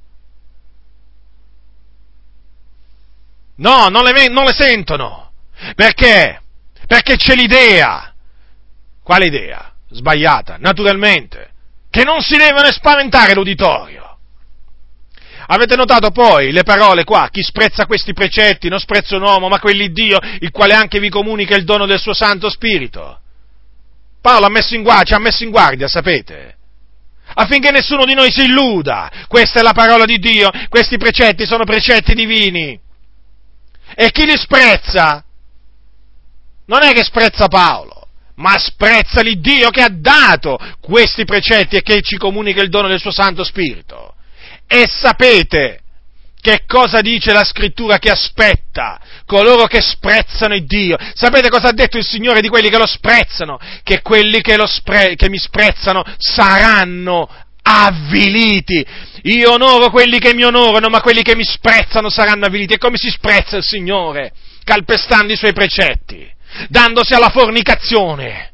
No, non le sentono. Perché? Perché c'è l'idea. Quale idea? Sbagliata, naturalmente, che non si devono spaventare l'uditorio. Avete notato poi le parole qua? Chi sprezza questi precetti non sprezza un uomo, ma quell'Iddio, il quale anche vi comunica il dono del suo Santo Spirito. Paolo ci ha messo in guardia, sapete? Affinché nessuno di noi si illuda. Questa è la parola di Dio, questi precetti sono precetti divini. E chi li sprezza non è che sprezza Paolo, ma sprezza l'Iddio che ha dato questi precetti e che ci comunica il dono del suo Santo Spirito. E sapete che cosa dice la Scrittura che aspetta coloro che sprezzano il Dio? Sapete cosa ha detto il Signore di quelli che lo sprezzano? Che quelli che mi sprezzano saranno avviliti. Io onoro quelli che mi onorano, ma quelli che mi sprezzano saranno avviliti. E come si sprezza il Signore? Calpestando i Suoi precetti, dandosi alla fornicazione,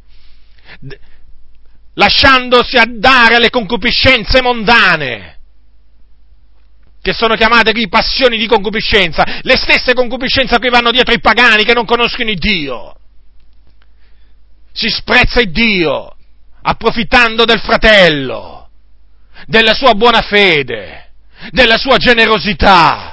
lasciandosi addare alle concupiscenze mondane, che sono chiamate qui passioni di concupiscenza, le stesse concupiscenze a cui vanno dietro i pagani che non conoscono il Dio. Si sprezza il Dio, approfittando del fratello, della sua buona fede, della sua generosità.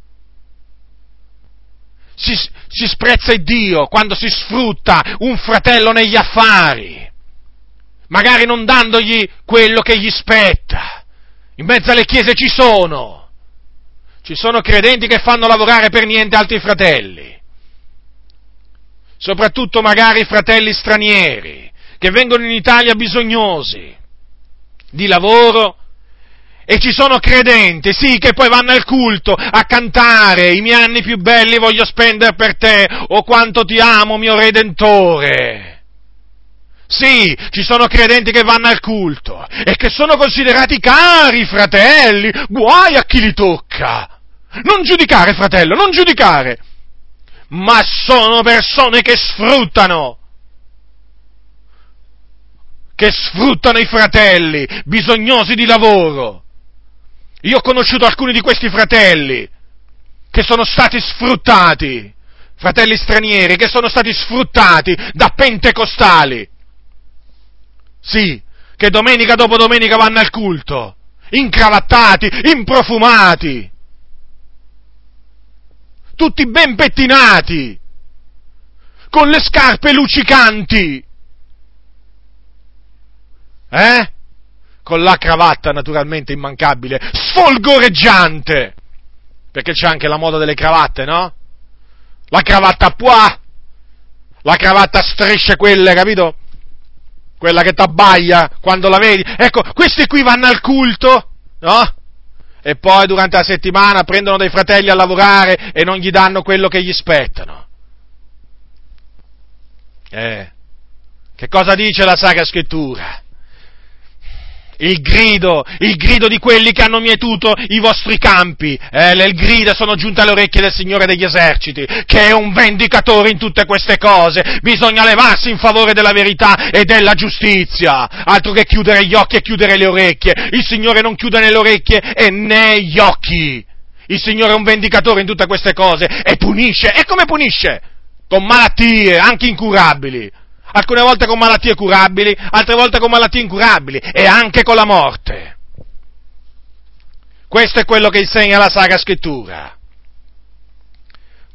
Si sprezza il Dio quando si sfrutta un fratello negli affari, magari non dandogli quello che gli spetta. In mezzo alle chiese ci sono credenti che fanno lavorare per niente altri fratelli, soprattutto magari fratelli stranieri, che vengono in Italia bisognosi di lavoro. E ci sono credenti, sì, che poi vanno al culto a cantare: i miei anni più belli voglio spendere per te, o quanto ti amo, mio Redentore. Sì, ci sono credenti che vanno al culto e che sono considerati cari fratelli, guai a chi li tocca. Non giudicare, fratello, non giudicare. Ma sono persone che sfruttano i fratelli, bisognosi di lavoro. Io ho conosciuto alcuni di questi fratelli che sono stati sfruttati, fratelli stranieri che sono stati sfruttati da pentecostali. Sì, che domenica dopo domenica vanno al culto, incravattati, improfumati, tutti ben pettinati, con le scarpe luccicanti, con la cravatta naturalmente immancabile, sfolgoreggiante, perché c'è anche la moda delle cravatte, no? La cravatta a pois, la cravatta a strisce, quelle, capito? Quella che t'abbaglia quando la vedi. Ecco, questi qui vanno al culto, no? E poi durante la settimana prendono dei fratelli a lavorare e non gli danno quello che gli spettano. Che cosa dice la Sacra Scrittura? Il grido di quelli che hanno mietuto i vostri campi, le grida sono giunte alle orecchie del Signore degli eserciti, che è un vendicatore in tutte queste cose. Bisogna levarsi in favore della verità e della giustizia, altro che chiudere gli occhi e chiudere le orecchie. Il Signore non chiude né le orecchie e né gli occhi. Il Signore è un vendicatore in tutte queste cose e punisce. E come punisce? Con malattie, anche incurabili. Alcune volte con malattie curabili, altre volte con malattie incurabili e anche con la morte. Questo è quello che insegna la Sacra Scrittura.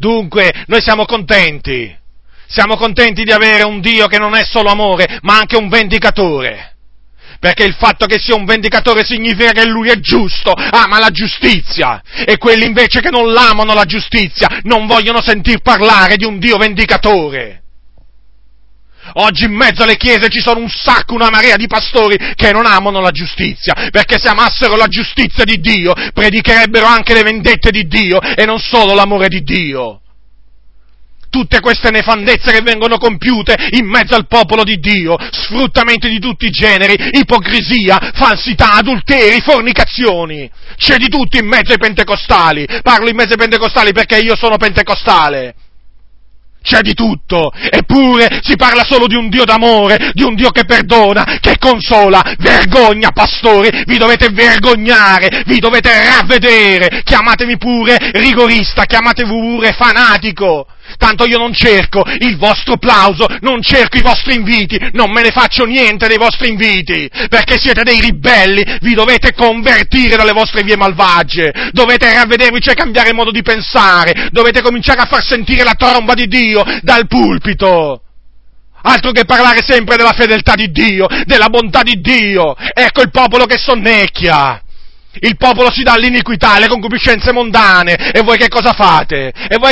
Dunque, noi siamo contenti di avere un Dio che non è solo amore, ma anche un vendicatore. Perché il fatto che sia un vendicatore significa che lui è giusto, ama la giustizia, e quelli invece che non l'amano la giustizia non vogliono sentir parlare di un Dio vendicatore. Oggi in mezzo alle chiese ci sono una marea di pastori che non amano la giustizia, perché se amassero la giustizia di Dio predicherebbero anche le vendette di Dio e non solo l'amore di Dio. Tutte queste nefandezze che vengono compiute in mezzo al popolo di Dio, sfruttamenti di tutti i generi, ipocrisia, falsità, adulteri, fornicazioni, c'è di tutto in mezzo ai pentecostali. Parlo in mezzo ai pentecostali perché io sono pentecostale. C'è di tutto, eppure si parla solo di un Dio d'amore, di un Dio che perdona, che consola. Vergogna, pastori, vi dovete vergognare, vi dovete ravvedere, chiamatemi pure rigorista, chiamatevi pure fanatico. Tanto io non cerco il vostro plauso, non cerco i vostri inviti, non me ne faccio niente dei vostri inviti, perché siete dei ribelli, vi dovete convertire dalle vostre vie malvagie, dovete ravvedervi, cioè cambiare modo di pensare, dovete cominciare a far sentire la tromba di Dio dal pulpito. Altro che parlare sempre della fedeltà di Dio, della bontà di Dio. Ecco il popolo che sonnecchia. Il popolo si dà all'iniquità, alle concupiscenze mondane, e voi che cosa fate?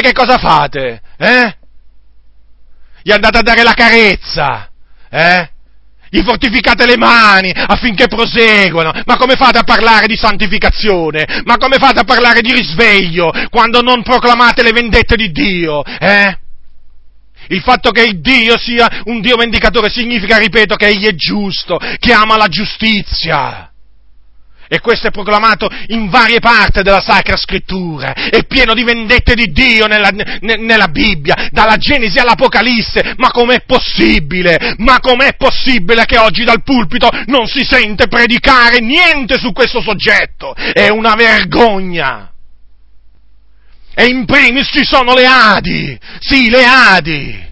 Gli andate a dare la carezza, Gli fortificate le mani affinché proseguano. Ma come fate a parlare di santificazione? Ma come fate a parlare di risveglio quando non proclamate le vendette di Dio, Il fatto che il Dio sia un Dio vendicatore significa, ripeto, che Egli è giusto, che ama la giustizia. E questo è proclamato in varie parti della Sacra Scrittura, è pieno di vendette di Dio nella Bibbia, dalla Genesi all'Apocalisse. Ma com'è possibile che oggi dal pulpito non si sente predicare niente su questo soggetto? È una vergogna! E in primis ci sono le Adi, sì, le Adi!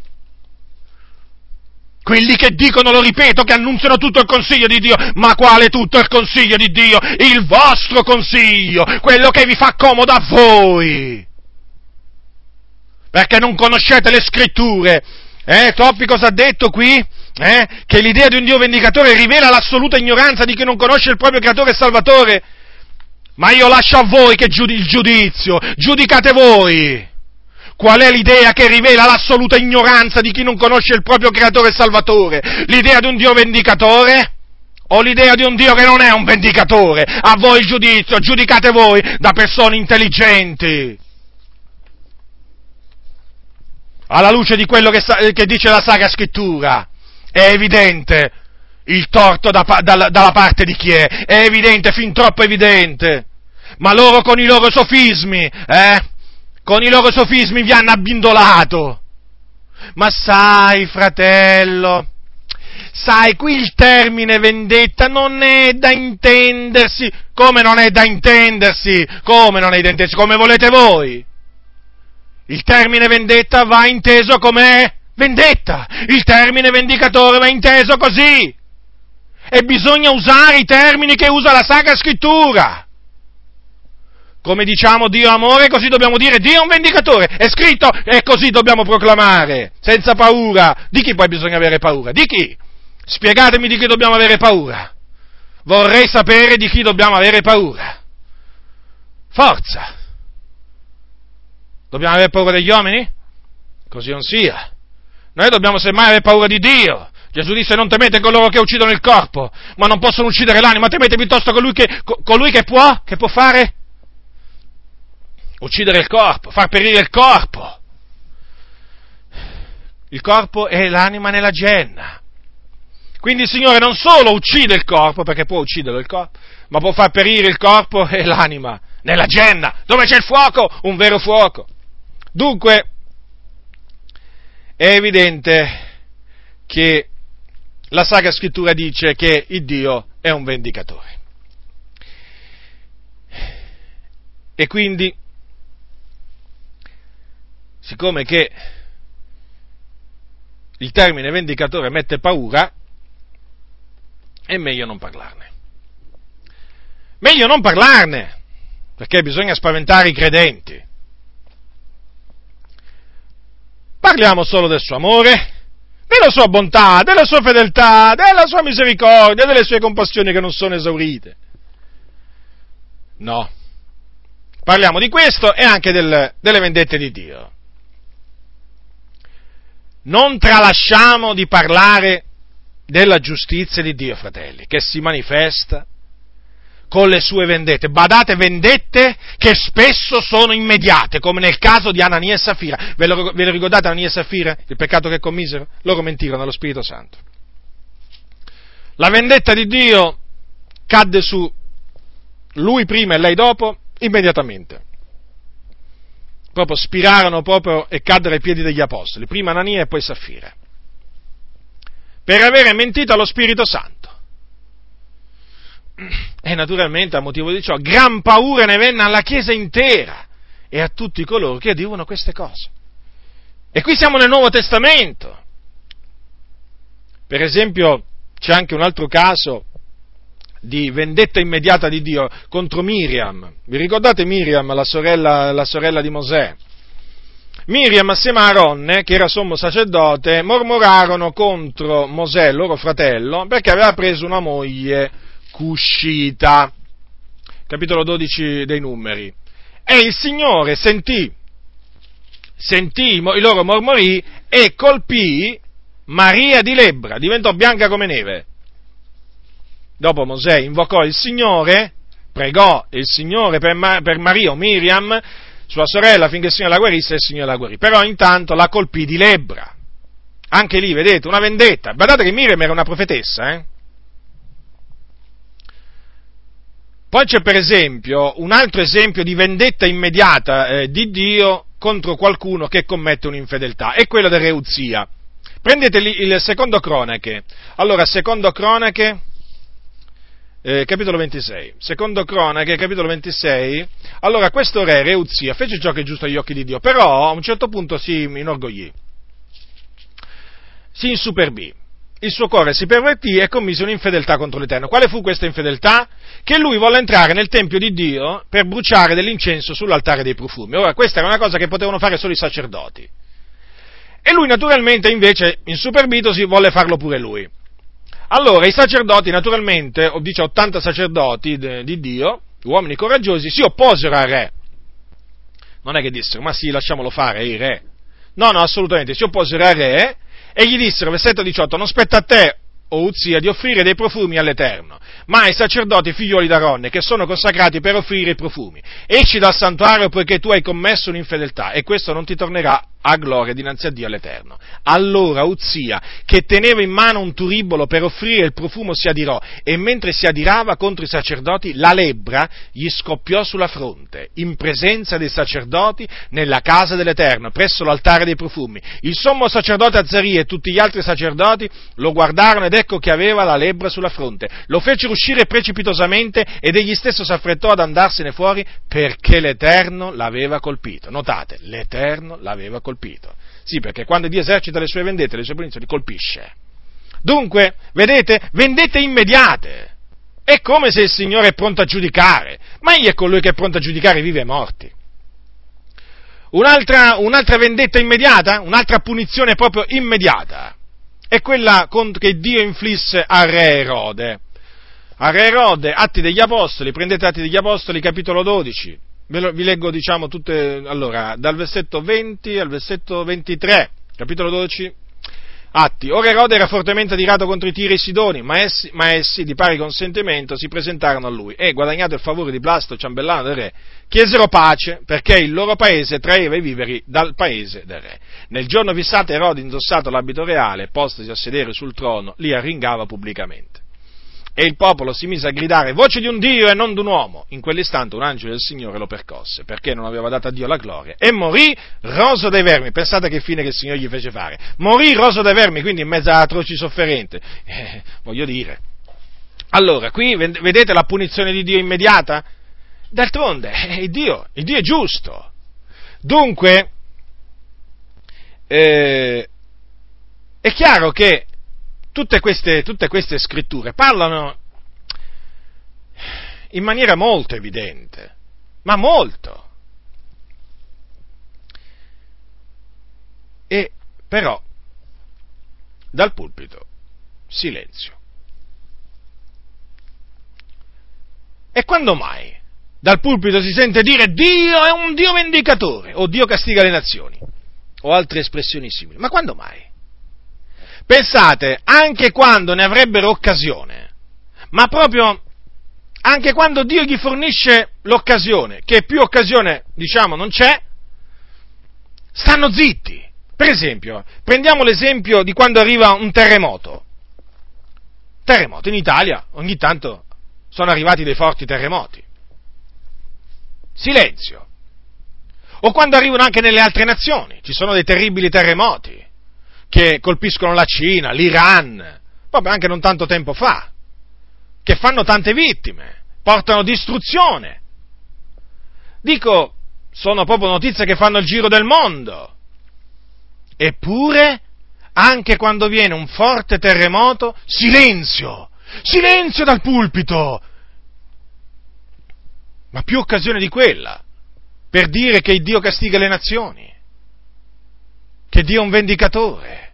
Quelli che dicono, lo ripeto, che annunziano tutto il consiglio di Dio. Ma quale tutto il consiglio di Dio? Il vostro consiglio, quello che vi fa comodo a voi. Perché non conoscete le scritture. Toppi cosa ha detto qui? Che l'idea di un Dio vendicatore rivela l'assoluta ignoranza di chi non conosce il proprio Creatore e Salvatore. Ma io lascio a voi che il giudizio, giudicate voi. Qual è l'idea che rivela l'assoluta ignoranza di chi non conosce il proprio Creatore e Salvatore? L'idea di un Dio vendicatore? O l'idea di un Dio che non è un vendicatore? A voi il giudizio, giudicate voi da persone intelligenti. Alla luce di quello che dice la Sacra Scrittura, è evidente il torto dalla parte di chi è evidente, fin troppo evidente. Ma loro con i loro sofismi, vi hanno abbindolato. Ma sai, fratello, qui il termine vendetta non è da intendersi. Come non è da intendersi? Come volete voi? Il termine vendetta va inteso come vendetta. Il termine vendicatore va inteso così. E bisogna usare i termini che usa la Sacra Scrittura. Come diciamo Dio è amore, così dobbiamo dire Dio è un vendicatore. È scritto e così dobbiamo proclamare, senza paura. Di chi poi bisogna avere paura? Di chi? Spiegatemi di chi dobbiamo avere paura. Vorrei sapere di chi dobbiamo avere paura. Forza! Dobbiamo avere paura degli uomini? Così non sia. Noi dobbiamo semmai avere paura di Dio. Gesù disse: non temete coloro che uccidono il corpo, ma non possono uccidere l'anima, temete piuttosto colui che può fare? Uccidere il corpo, far perire il corpo. Il corpo e l'anima nella genna. Quindi il Signore non solo uccide il corpo, perché può uccidere il corpo, ma può far perire il corpo e l'anima nella genna, dove c'è il fuoco, un vero fuoco. Dunque, è evidente che la Sacra Scrittura dice che il Dio è un vendicatore. E quindi, siccome che il termine vendicatore mette paura, è meglio non parlarne. Meglio non parlarne, perché bisogna spaventare i credenti. parliamo solo del suo amore, della sua bontà, della sua fedeltà, della sua misericordia, delle sue compassioni che non sono esaurite. No, parliamo di questo e anche delle vendette di Dio. Non tralasciamo di parlare della giustizia di Dio, fratelli, che si manifesta con le sue vendette. Badate, vendette che spesso sono immediate, come nel caso di Anania e Safira. Ve lo ricordate Anania e Safira? Il peccato che commisero? Loro mentirono allo Spirito Santo. La vendetta di Dio cadde su lui prima e lei dopo, immediatamente. Proprio spirarono proprio e caddero ai piedi degli apostoli, prima Anania e poi Safira, per avere mentito allo Spirito Santo. E naturalmente a motivo di ciò gran paura ne venne alla Chiesa intera e a tutti coloro che udivano queste cose. E qui siamo nel Nuovo Testamento. Per esempio c'è anche un altro caso di vendetta immediata di Dio contro Miriam. Vi ricordate Miriam, la sorella di Mosè? Miriam assieme a Aaronne, che era sommo sacerdote, mormorarono contro Mosè, loro fratello, perché aveva preso una moglie Cuscita, capitolo 12 dei Numeri, e il Signore sentì i loro mormori e colpì Maria di lebbra, diventò bianca come neve. Dopo Mosè invocò il Signore, pregò il Signore per Maria o Miriam, sua sorella, affinché il Signore la guarisse, e il Signore la guarì. Però intanto la colpì di lebbra. Anche lì, vedete, una vendetta. Guardate che Miriam era una profetessa, Poi c'è per esempio un altro esempio di vendetta immediata di Dio contro qualcuno che commette un'infedeltà, è quello del re Uzia. Prendete il secondo Cronache. Allora, secondo Cronache, capitolo 26. Secondo Cronache, capitolo 26. Allora, questo re Uzia, fece ciò che è giusto agli occhi di Dio, però a un certo punto si inorgoglì, si insuperbì. Il suo cuore si pervertì e commise un'infedeltà contro l'Eterno. Quale fu questa infedeltà? Che lui volle entrare nel Tempio di Dio per bruciare dell'incenso sull'altare dei profumi. Ora, questa era una cosa che potevano fare solo i sacerdoti. E lui naturalmente, invece, insuperbitosi, volle farlo pure lui. Allora, i sacerdoti, naturalmente, 80 sacerdoti di Dio, uomini coraggiosi, si opposero al re. Non è che dissero, ma sì, lasciamolo fare, il re. No, assolutamente, si opposero al re, e gli dissero, versetto 18, non spetta a te, o Uzia, di offrire dei profumi all'Eterno, ma ai sacerdoti figlioli d'Aaronne, che sono consacrati per offrire i profumi. Esci dal santuario poiché tu hai commesso un'infedeltà, e questo non ti tornerà a gloria dinanzi a Dio all'Eterno. Allora Uzia, che teneva in mano un turibolo per offrire il profumo, si adirò, e mentre si adirava contro i sacerdoti, la lebbra gli scoppiò sulla fronte, in presenza dei sacerdoti, nella casa dell'Eterno, presso l'altare dei profumi. Il sommo sacerdote Azzaria e tutti gli altri sacerdoti lo guardarono ed ecco che aveva la lebbra sulla fronte. Lo fecero uscire precipitosamente ed egli stesso s'affrettò ad andarsene fuori perché l'Eterno l'aveva colpito. Notate, l'Eterno l'aveva colpito. Sì, perché quando Dio esercita le sue vendette, le sue punizioni, colpisce. Dunque, vedete, vendette immediate. È come se il Signore è pronto a giudicare, ma egli è colui che è pronto a giudicare vivi e morti. Un'altra vendetta immediata, un'altra punizione proprio immediata, è quella che Dio inflisse a re Erode. A re Erode, Atti degli Apostoli, prendete Atti degli Apostoli, capitolo 12. Vi leggo, tutte, allora, dal versetto 20 al versetto 23, capitolo 12, Atti. Ora Erode era fortemente adirato contro i Tiri e i Sidoni, ma essi, di pari consentimento, si presentarono a lui e, guadagnato il favore di Blasto, ciambellano del re, chiesero pace perché il loro paese traeva i viveri dal paese del re. Nel giorno fissato Erode, indossato l'abito reale, postosi a sedere sul trono, li arringava pubblicamente. E il popolo si mise a gridare, voce di un Dio e non di un uomo. In quell'istante un angelo del Signore lo percosse, perché non aveva dato a Dio la gloria, e morì roso dai vermi. Pensate che fine che il Signore gli fece fare. Morì roso dai vermi, quindi in mezzo a atroci sofferenze. Voglio dire. Allora, qui vedete la punizione di Dio immediata? D'altronde, Dio è giusto. Dunque, è chiaro che tutte queste scritture parlano in maniera molto evidente, ma molto. E Però, dal pulpito, silenzio. E quando mai dal pulpito si sente dire Dio è un Dio vendicatore, o Dio castiga le nazioni, o altre espressioni simili? Ma quando mai? Pensate, anche quando ne avrebbero occasione, ma proprio anche quando Dio gli fornisce l'occasione, che più occasione, non c'è, stanno zitti. Per esempio, prendiamo l'esempio di quando arriva un terremoto. Terremoto, in Italia ogni tanto sono arrivati dei forti terremoti. Silenzio. O quando arrivano anche nelle altre nazioni, ci sono dei terribili terremoti che colpiscono la Cina, l'Iran, proprio anche non tanto tempo fa, che fanno tante vittime, portano distruzione. Dico, sono proprio notizie che fanno il giro del mondo. Eppure, anche quando viene un forte terremoto, silenzio! Silenzio dal pulpito! Ma più occasione di quella per dire che Dio castiga le nazioni, che Dio è un vendicatore.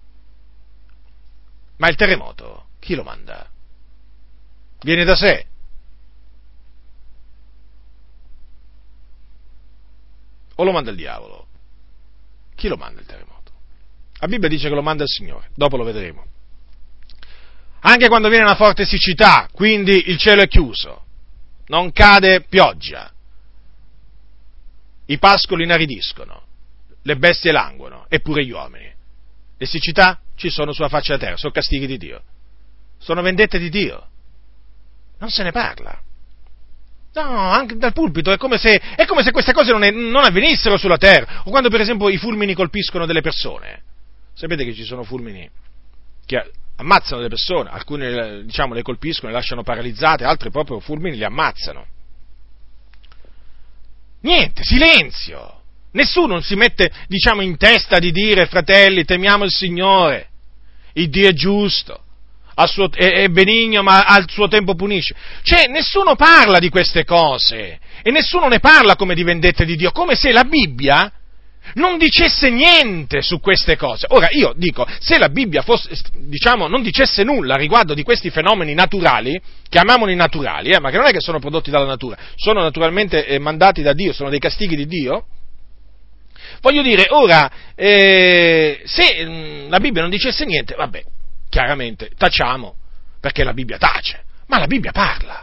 Ma il terremoto, chi lo manda? Viene da sé. O lo manda il diavolo? Chi lo manda il terremoto? La Bibbia dice che lo manda il Signore, dopo lo vedremo. Anche quando viene una forte siccità, quindi il cielo è chiuso, non cade pioggia, i pascoli inaridiscono, le bestie languono, eppure gli uomini. Le siccità ci sono sulla faccia della terra, sono castighi di Dio, sono vendette di Dio, non se ne parla. No, anche dal pulpito è come se queste cose non avvenissero sulla terra, o quando per esempio i fulmini colpiscono delle persone. Sapete che ci sono fulmini che ammazzano delle persone, alcune le colpiscono, le lasciano paralizzate, altre proprio fulmini le ammazzano. Niente, silenzio! Nessuno si mette, in testa di dire, fratelli, temiamo il Signore, il Dio è giusto, è benigno, ma al suo tempo punisce. Cioè, nessuno parla di queste cose, e nessuno ne parla come di vendette di Dio, come se la Bibbia non dicesse niente su queste cose. Ora, io dico, se la Bibbia fosse, non dicesse nulla riguardo di questi fenomeni naturali, chiamiamoli naturali, ma che non è che sono prodotti dalla natura, sono naturalmente mandati da Dio, sono dei castighi di Dio. Voglio dire, ora, se la Bibbia non dicesse niente, vabbè, chiaramente tacciamo, perché la Bibbia tace, ma la Bibbia parla,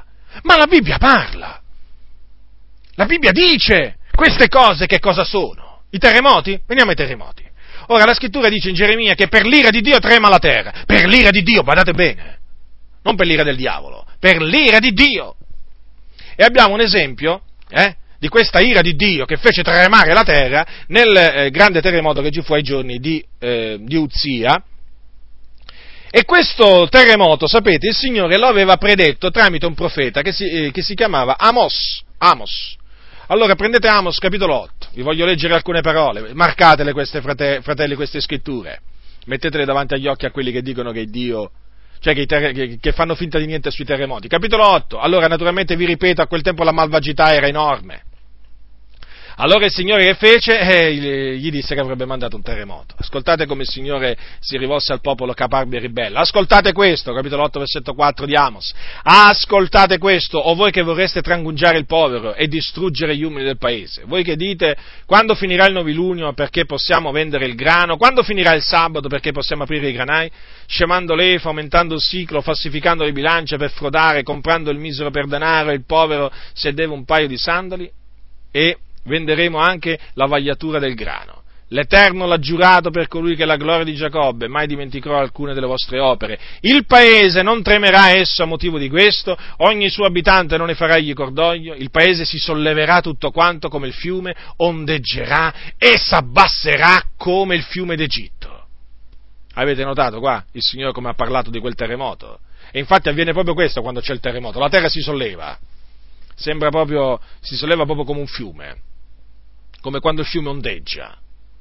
la Bibbia dice queste cose che cosa sono. I terremoti? Veniamo ai terremoti. Ora, la scrittura dice in Geremia che per l'ira di Dio trema la terra. Per l'ira di Dio, badate bene. Non per l'ira del diavolo, per l'ira di Dio. E abbiamo un esempio, di questa ira di Dio che fece tremare la terra nel grande terremoto che ci fu ai giorni di Uzia. E questo terremoto, sapete, il Signore lo aveva predetto tramite un profeta che si chiamava Amos. Allora prendete Amos capitolo 8, vi voglio leggere alcune parole, marcatele queste fratelli, queste scritture, mettetele davanti agli occhi a quelli che dicono che Dio, cioè che fanno finta di niente sui terremoti. Capitolo 8, allora naturalmente vi ripeto, a quel tempo la malvagità era enorme. Allora il Signore che fece? Gli disse che avrebbe mandato un terremoto. Ascoltate come il Signore si rivolse al popolo caparbio e ribelle. Ascoltate questo, capitolo 8, versetto 4 di Amos. Ascoltate questo, o voi che vorreste trangugiare il povero e distruggere gli umili del paese. Voi che dite, quando finirà il novilunio perché possiamo vendere il grano? Quando finirà il sabato perché possiamo aprire i granai? Scemando l'efa, aumentando il siclo, falsificando le bilance per frodare, comprando il misero per denaro e il povero se deve un paio di sandali? E venderemo anche la vagliatura del grano. L'Eterno l'ha giurato per colui che è la gloria di Giacobbe, mai dimenticherò alcune delle vostre opere. Il paese non tremerà esso a motivo di questo, ogni suo abitante non ne farà egli cordoglio, il paese si solleverà tutto quanto come il fiume, ondeggerà e s'abbasserà come il fiume d'Egitto. Avete notato qua il Signore come ha parlato di quel terremoto? E infatti avviene proprio questo quando c'è il terremoto, la terra si solleva, si solleva proprio come un fiume, come quando il fiume ondeggia.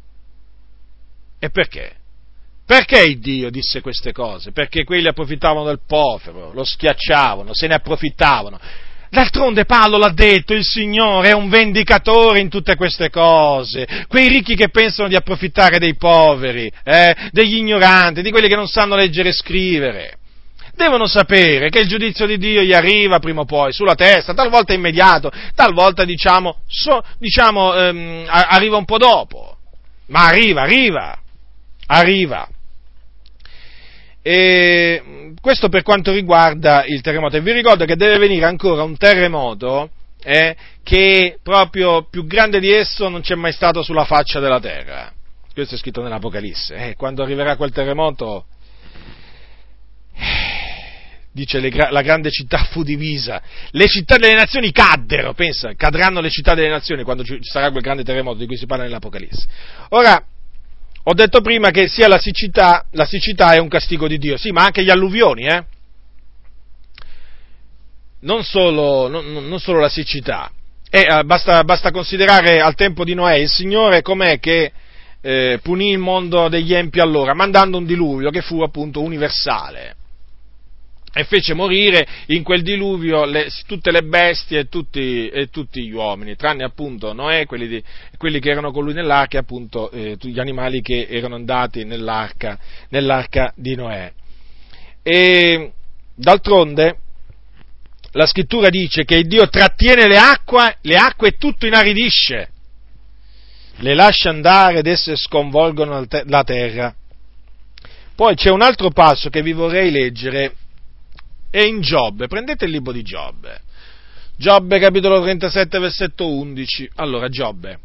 E perché? Perché Dio disse queste cose? Perché quelli approfittavano del povero, lo schiacciavano, se ne approfittavano. D'altronde Paolo l'ha detto, il Signore è un vendicatore in tutte queste cose. Quei ricchi che pensano di approfittare dei poveri, degli ignoranti, di quelli che non sanno leggere e scrivere, devono sapere che il giudizio di Dio gli arriva prima o poi, sulla testa, talvolta immediato, talvolta arriva un po' dopo, ma arriva. E questo per quanto riguarda il terremoto. E vi ricordo che deve venire ancora un terremoto che proprio più grande di esso non c'è mai stato sulla faccia della terra. Questo è scritto nell'Apocalisse. Quando arriverà quel terremoto, dice la grande città fu divisa, le città delle nazioni caddero, pensa, cadranno le città delle nazioni quando ci sarà quel grande terremoto di cui si parla nell'Apocalisse. Ora, ho detto prima che sia la siccità è un castigo di Dio, sì, ma anche gli alluvioni, non solo la siccità. Basta considerare al tempo di Noè il Signore com'è che punì il mondo degli empi allora, mandando un diluvio che fu appunto universale. E fece morire in quel diluvio tutte le bestie e tutti gli uomini, tranne appunto Noè, quelli che erano con lui nell'arca, e appunto gli animali che erano andati nell'arca di Noè. E d'altronde la scrittura dice che Dio trattiene le acque e tutto inaridisce, le lascia andare ed esse sconvolgono la terra. Poi c'è un altro passo che vi vorrei leggere. E in Giobbe, prendete il libro di Giobbe, capitolo 37, versetto 11, Giobbe,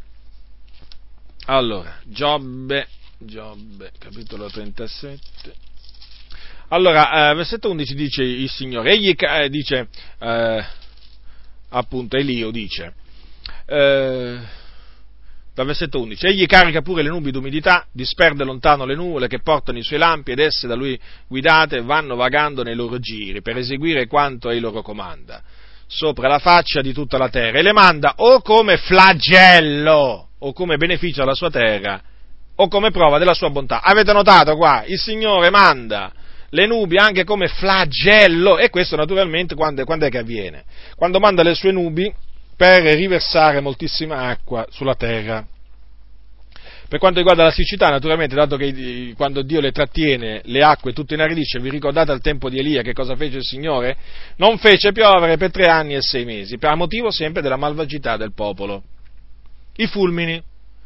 capitolo 37, versetto 11 dice il Signore, appunto Elio dice, dal versetto 11, egli carica pure le nubi d'umidità, disperde lontano le nuvole che portano i suoi lampi ed esse da lui guidate vanno vagando nei loro giri per eseguire quanto ei loro comanda, sopra la faccia di tutta la terra e le manda o come flagello o come beneficio alla sua terra o come prova della sua bontà. Avete notato qua? Il Signore manda le nubi anche come flagello e questo naturalmente quando è che avviene? Quando manda le sue nubi per riversare moltissima acqua sulla terra. Per quanto riguarda la siccità, naturalmente, dato che quando Dio le trattiene, le acque tutto inaridisce, vi ricordate al tempo di Elia che cosa fece il Signore? Non fece piovere per 3 anni e 6 mesi, per motivo sempre della malvagità del popolo. I fulmini.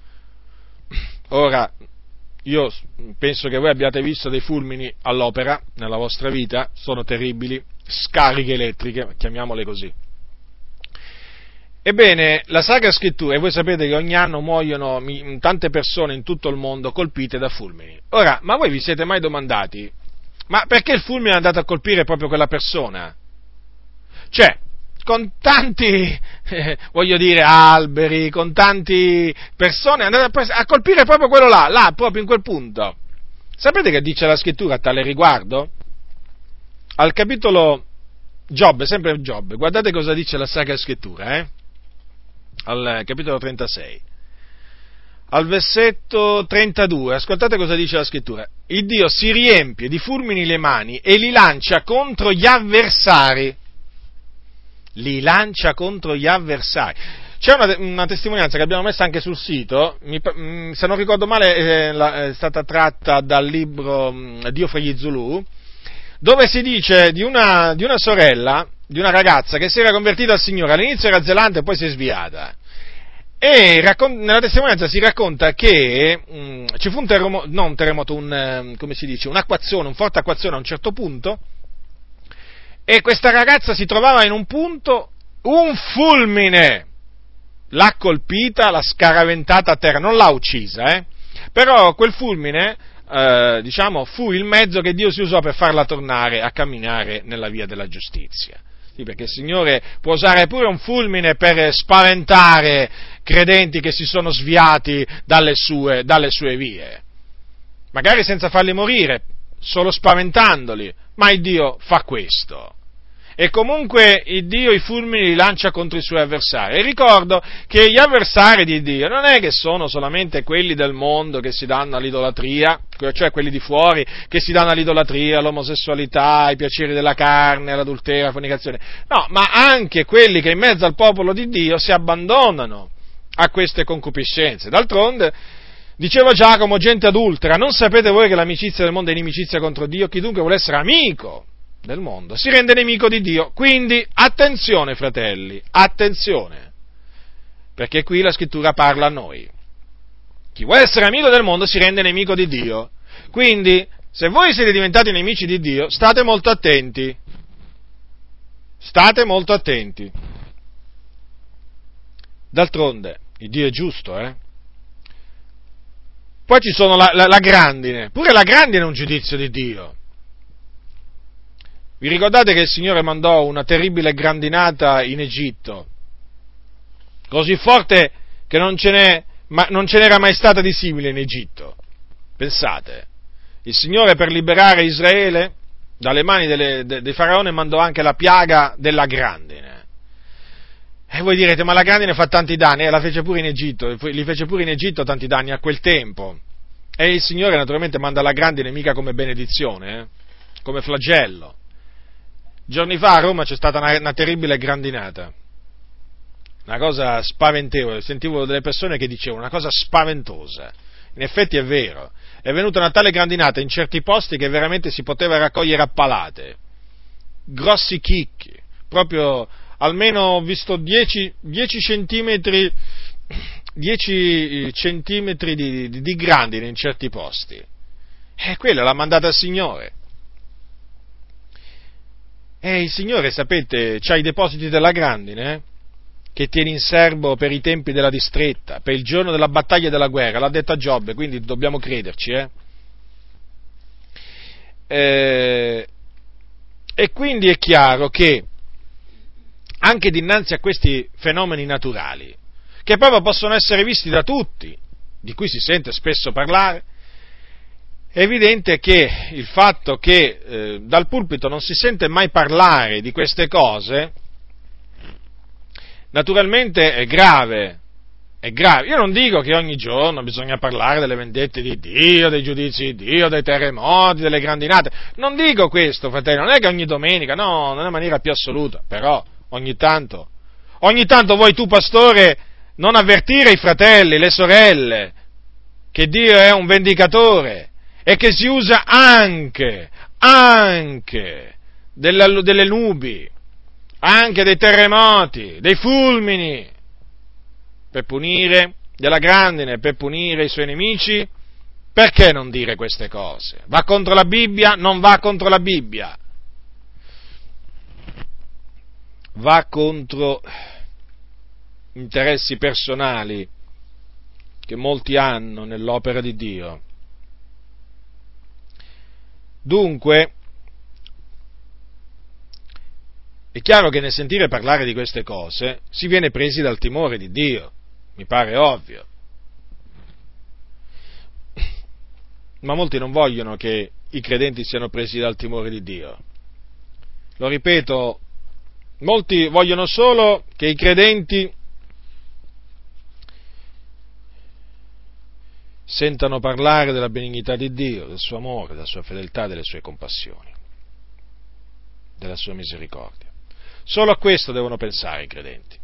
Ora, io penso che voi abbiate visto dei fulmini all'opera nella vostra vita, sono terribili, scariche elettriche, chiamiamole così. Ebbene, la Sacra Scrittura, e voi sapete che ogni anno muoiono tante persone in tutto il mondo colpite da fulmini. Ora, ma voi vi siete mai domandati, ma perché il fulmine è andato a colpire proprio quella persona? Cioè, con tanti, alberi, con tanti persone, è andato a colpire proprio quello là, proprio in quel punto. Sapete che dice la Scrittura a tale riguardo? Al capitolo Giobbe, sempre Giobbe, guardate cosa dice la Sacra Scrittura, al capitolo 36, al versetto 32, ascoltate cosa dice la Scrittura. Il Dio si riempie di fulmini le mani e li lancia contro gli avversari. C'è una testimonianza che abbiamo messa anche sul sito, se non ricordo male è stata tratta dal libro Dio fra gli Zulù, dove si dice di una sorella, di una ragazza che si era convertita al Signore, all'inizio era zelante e poi si è sviata. E nella testimonianza si racconta che ci fu un'acquazzone, un forte acquazzone a un certo punto, e questa ragazza si trovava in un punto, un fulmine l'ha colpita, l'ha scaraventata a terra, non l'ha uccisa, però quel fulmine fu il mezzo che Dio si usò per farla tornare a camminare nella via della giustizia. Sì, perché il Signore può usare pure un fulmine per spaventare credenti che si sono sviati dalle sue vie, magari senza farli morire, solo spaventandoli, ma il Dio fa questo. e comunque il Dio i fulmini li lancia contro i suoi avversari. E ricordo che gli avversari di Dio non è che sono solamente quelli del mondo che si danno all'idolatria, cioè quelli di fuori che si danno all'idolatria, all'omosessualità, ai piaceri della carne, all'adulterio, alla fornicazione, no, ma anche quelli che in mezzo al popolo di Dio si abbandonano a queste concupiscenze. D'altronde, diceva Giacomo, gente adultera, non sapete voi che l'amicizia del mondo è inimicizia contro Dio? Chiunque vuole essere amico del mondo si rende nemico di Dio. Quindi, attenzione fratelli, attenzione, perché qui la scrittura parla a noi. Chi vuole essere amico del mondo si rende nemico di Dio. Quindi, se voi siete diventati nemici di Dio, state molto attenti. State molto attenti. D'altronde, il Dio è giusto, Poi ci sono la grandine, pure la grandine è un giudizio di Dio. Vi ricordate che il Signore mandò una terribile grandinata in Egitto, così forte che non ce n'era mai stata di simile in Egitto? Pensate, il Signore per liberare Israele dalle mani dei faraone mandò anche la piaga della grandine. E voi direte, ma la grandine fa tanti danni, la fece pure in Egitto, li fece pure in Egitto tanti danni a quel tempo. E il Signore naturalmente manda la grandine mica come benedizione, come flagello. Giorni fa a Roma c'è stata una terribile grandinata, una cosa spaventevole, sentivo delle persone che dicevano una cosa spaventosa. In effetti è vero, è venuta una tale grandinata in certi posti che veramente si poteva raccogliere a palate, grossi chicchi, proprio almeno ho visto 10 centimetri di grandine in certi posti. E quella l'ha mandata il Signore. E il Signore, sapete, c'ha i depositi della grandine, che tiene in serbo per i tempi della distretta, per il giorno della battaglia e della guerra, l'ha detto a Giobbe, quindi dobbiamo crederci, E quindi è chiaro che anche dinanzi a questi fenomeni naturali, che proprio possono essere visti da tutti, di cui si sente spesso parlare, è evidente che il fatto che dal pulpito non si sente mai parlare di queste cose, naturalmente è grave. Io non dico che ogni giorno bisogna parlare delle vendette di Dio, dei giudizi di Dio, dei terremoti, delle grandinate, non dico questo, fratello, non è che ogni domenica, no, nella maniera più assoluta, però ogni tanto vuoi tu, pastore, non avvertire i fratelli, le sorelle, che Dio è un vendicatore e che si usa anche delle nubi, anche dei terremoti, dei fulmini, per punire, della grandine, per punire i suoi nemici? Perché non dire queste cose? Va contro la Bibbia? Non va contro la Bibbia. Va contro interessi personali che molti hanno nell'opera di Dio. Dunque, è chiaro che nel sentire parlare di queste cose si viene presi dal timore di Dio, mi pare ovvio. Ma molti non vogliono che i credenti siano presi dal timore di Dio. Lo ripeto, molti vogliono solo che i credenti sentano parlare della benignità di Dio, del suo amore, della sua fedeltà, delle sue compassioni, della sua misericordia. Solo a questo devono pensare i credenti.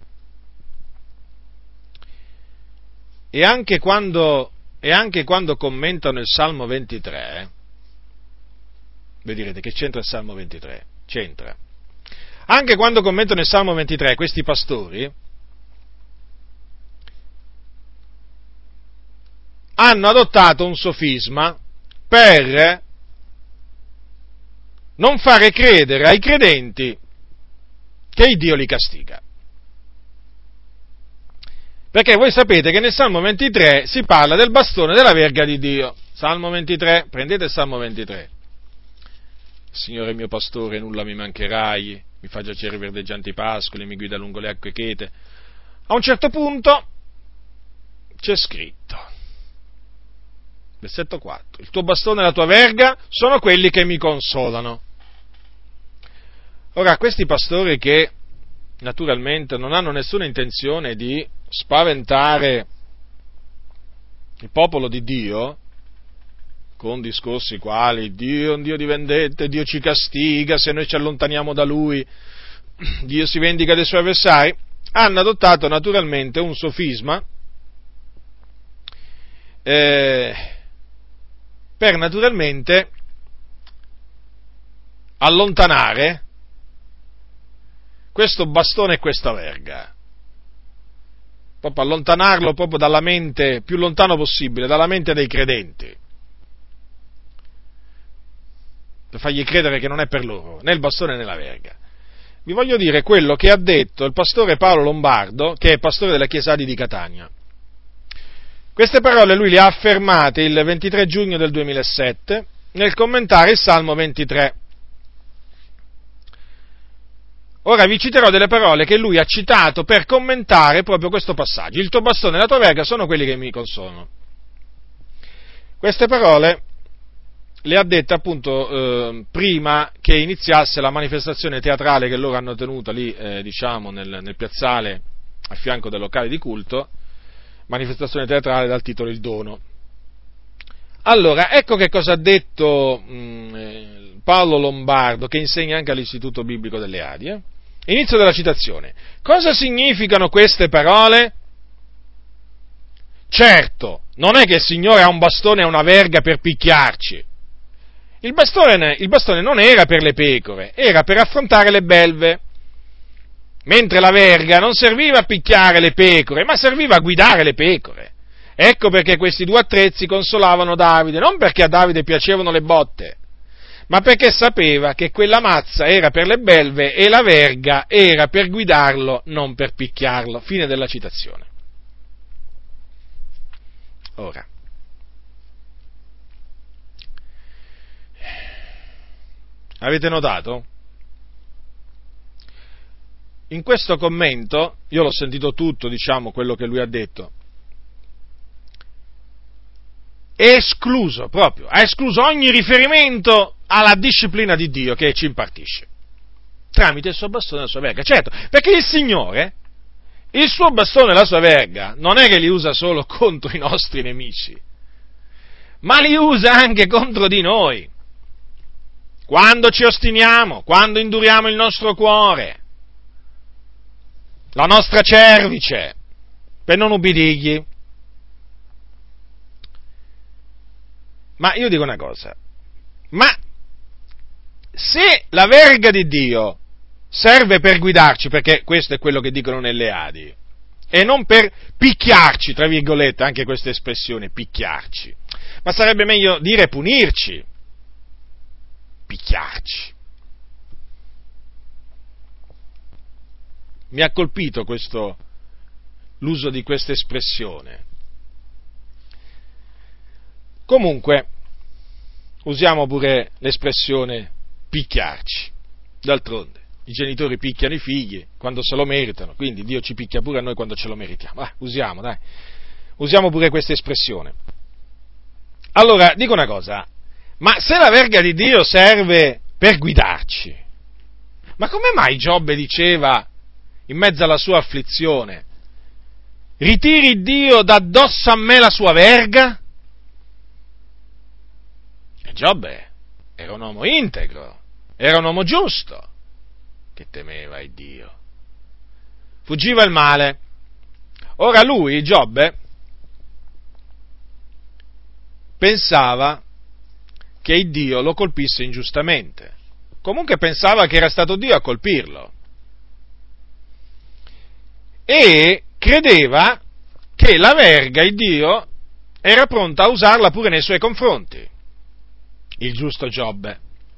E anche quando commentano il Salmo 23, voi direte, che c'entra il Salmo 23? C'entra. Anche quando commentano il Salmo 23, questi pastori hanno adottato un sofisma per non fare credere ai credenti che il Dio li castiga. Perché voi sapete che nel Salmo 23 si parla del bastone della verga di Dio. Salmo 23, prendete il Salmo 23. Signore mio pastore, nulla mi mancherai, mi fa giacere verdeggianti pascoli, mi guida lungo le acque chete. A un certo punto c'è scritto, versetto 4, il tuo bastone e la tua verga sono quelli che mi consolano. Ora, questi pastori che naturalmente non hanno nessuna intenzione di spaventare il popolo di Dio, con discorsi quali Dio è un Dio di vendette, Dio ci castiga se noi ci allontaniamo da Lui, Dio si vendica dei Suoi avversari, hanno adottato naturalmente un sofisma per naturalmente allontanare questo bastone e questa verga, proprio allontanarlo proprio dalla mente, più lontano possibile, dalla mente dei credenti, per fargli credere che non è per loro, né il bastone né la verga. Vi voglio dire quello che ha detto il pastore Paolo Lombardo, che è pastore della Chiesa Adi di Catania. Queste parole lui le ha affermate il 23 giugno del 2007 nel commentare il Salmo 23. Ora vi citerò delle parole che lui ha citato per commentare proprio questo passaggio. Il tuo bastone e la tua verga sono quelli che mi consolano. Queste parole le ha dette appunto prima che iniziasse la manifestazione teatrale che loro hanno tenuto lì, nel piazzale a fianco del locale di culto, manifestazione teatrale dal titolo Il Dono. Allora, ecco che cosa ha detto Paolo Lombardo, che insegna anche all'Istituto Biblico delle Adi. Inizio della citazione. Cosa significano queste parole? Certo, non è che il Signore ha un bastone e una verga per picchiarci. Il bastone non era per le pecore, era per affrontare le belve, mentre la verga non serviva a picchiare le pecore, ma serviva a guidare le pecore. Ecco perché questi due attrezzi consolavano Davide, non perché a Davide piacevano le botte, ma perché sapeva che quella mazza era per le belve e la verga era per guidarlo, non per picchiarlo. Fine della citazione. Ora, avete notato? In questo commento, io l'ho sentito tutto, quello che lui ha detto, ha escluso ogni riferimento alla disciplina di Dio che ci impartisce, tramite il suo bastone e la sua verga. Certo, perché il Signore, il suo bastone e la sua verga, non è che li usa solo contro i nostri nemici, ma li usa anche contro di noi. Quando ci ostiniamo, quando induriamo il nostro cuore, la nostra cervice, per non ubbidirgli. Ma io dico una cosa, ma se la verga di Dio serve per guidarci, perché questo è quello che dicono nelle Adi, e non per picchiarci, tra virgolette, anche questa espressione, picchiarci, ma sarebbe meglio dire punirci, picchiarci. Mi ha colpito l'uso di questa espressione. Comunque, usiamo pure l'espressione picchiarci. D'altronde, i genitori picchiano i figli quando se lo meritano, quindi Dio ci picchia pure a noi quando ce lo meritiamo. Usiamo pure questa espressione. Allora, dico una cosa, ma se la verga di Dio serve per guidarci, ma come mai Giobbe diceva, in mezzo alla sua afflizione, ritiri Dio d'addosso a me la sua verga? E Giobbe era un uomo integro, era un uomo giusto, che temeva il Dio, fuggiva il male. Ora lui, Giobbe, pensava che il Dio lo colpisse ingiustamente, comunque pensava che era stato Dio a colpirlo, e credeva che la verga, il Dio, era pronto a usarla pure nei suoi confronti, il giusto Giobbe.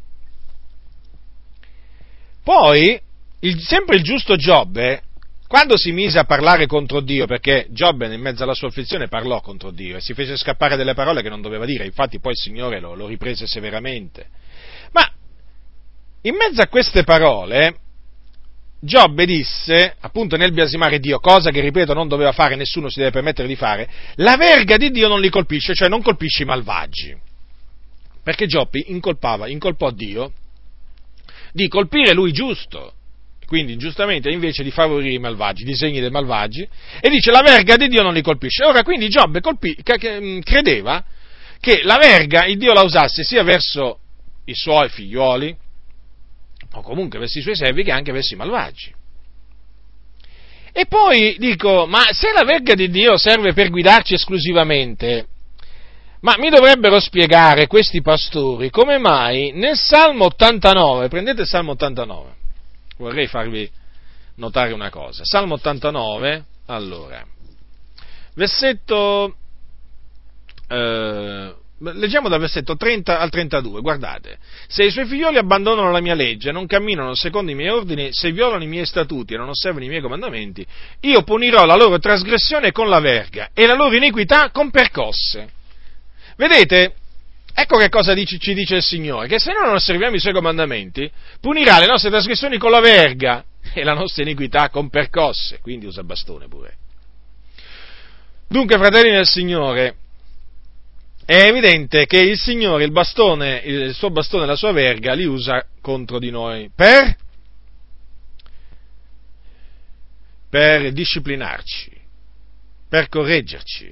Poi, sempre il giusto Giobbe, quando si mise a parlare contro Dio, perché Giobbe in mezzo alla sua afflizione parlò contro Dio e si fece scappare delle parole che non doveva dire, infatti poi il Signore lo riprese severamente, ma in mezzo a queste parole Giobbe disse, appunto nel biasimare Dio, cosa che, ripeto, non doveva fare, nessuno si deve permettere di fare, la verga di Dio non li colpisce, cioè non colpisce i malvagi, perché Giobbe incolpò Dio di colpire lui giusto. Quindi, giustamente, invece di favorire i malvagi, i disegni dei malvagi, e dice la verga di Dio non li colpisce. Ora, quindi Giobbe credeva che la verga il Dio la usasse sia verso i suoi figlioli, o comunque verso i suoi servi, che anche verso i malvagi. E poi dico, ma se la verga di Dio serve per guidarci esclusivamente, ma mi dovrebbero spiegare questi pastori come mai nel Salmo 89, prendete il Salmo 89, vorrei farvi notare una cosa, Salmo 89, allora, versetto, leggiamo dal versetto 30 al 32, guardate, se i suoi figlioli abbandonano la mia legge, non camminano secondo i miei ordini, se violano i miei statuti e non osservano i miei comandamenti, io punirò la loro trasgressione con la verga e la loro iniquità con percosse. Vedete? Ecco che cosa ci dice il Signore, che se noi non osserviamo i Suoi comandamenti, punirà le nostre trasgressioni con la verga e la nostra iniquità con percosse, quindi usa bastone pure. Dunque, fratelli del Signore, è evidente che il Signore, il suo bastone e la sua verga li usa contro di noi per disciplinarci, per correggerci,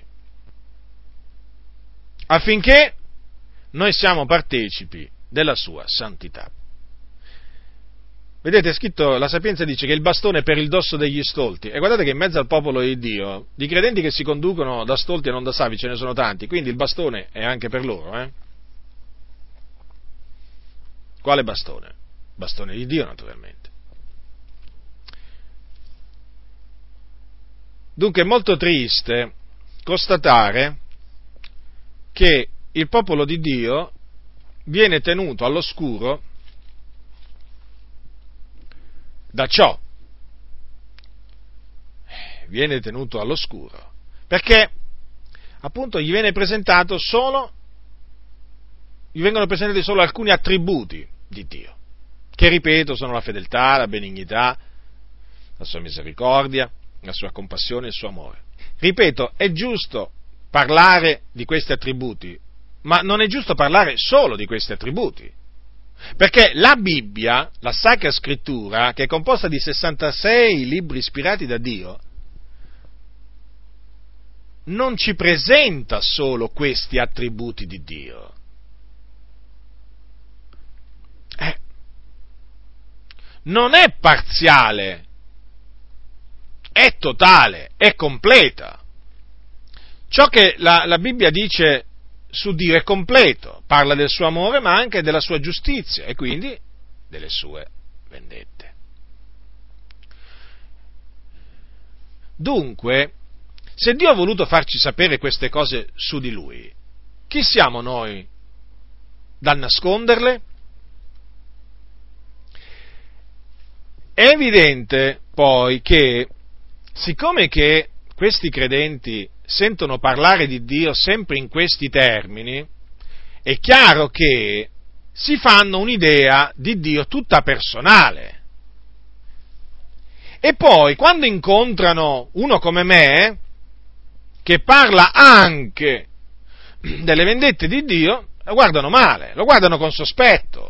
affinché noi siamo partecipi della sua santità. Vedete, è scritto, la Sapienza dice che il bastone è per il dosso degli stolti, e guardate che in mezzo al popolo di Dio, di credenti che si conducono da stolti e non da savi ce ne sono tanti, quindi il bastone è anche per loro, Quale bastone? Bastone di Dio, naturalmente. Dunque è molto triste constatare che il popolo di Dio viene tenuto all'oscuro da ciò. Viene tenuto all'oscuro perché appunto gli vengono presentati solo alcuni attributi di Dio, che ripeto sono la fedeltà, la benignità, la sua misericordia, la sua compassione e il suo amore. Ripeto, è giusto parlare di questi attributi, ma non è giusto parlare solo di questi attributi, perché la Bibbia, la Sacra Scrittura, che è composta di 66 libri ispirati da Dio, non ci presenta solo questi attributi di Dio. Non è parziale, è totale, è completa. Ciò che la Bibbia dice su Dio è completo, parla del suo amore ma anche della sua giustizia e quindi delle sue vendette. Dunque, se Dio ha voluto farci sapere queste cose su di Lui, chi siamo noi da nasconderle? È evidente poi che, siccome che questi credenti sentono parlare di Dio sempre in questi termini, è chiaro che si fanno un'idea di Dio tutta personale. E poi, quando incontrano uno come me, che parla anche delle vendette di Dio, lo guardano male, lo guardano con sospetto.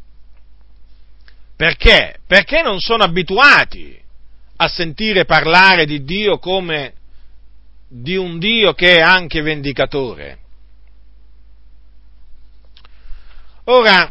Perché? Perché non sono abituati a sentire parlare di Dio come di un Dio che è anche vendicatore. Ora,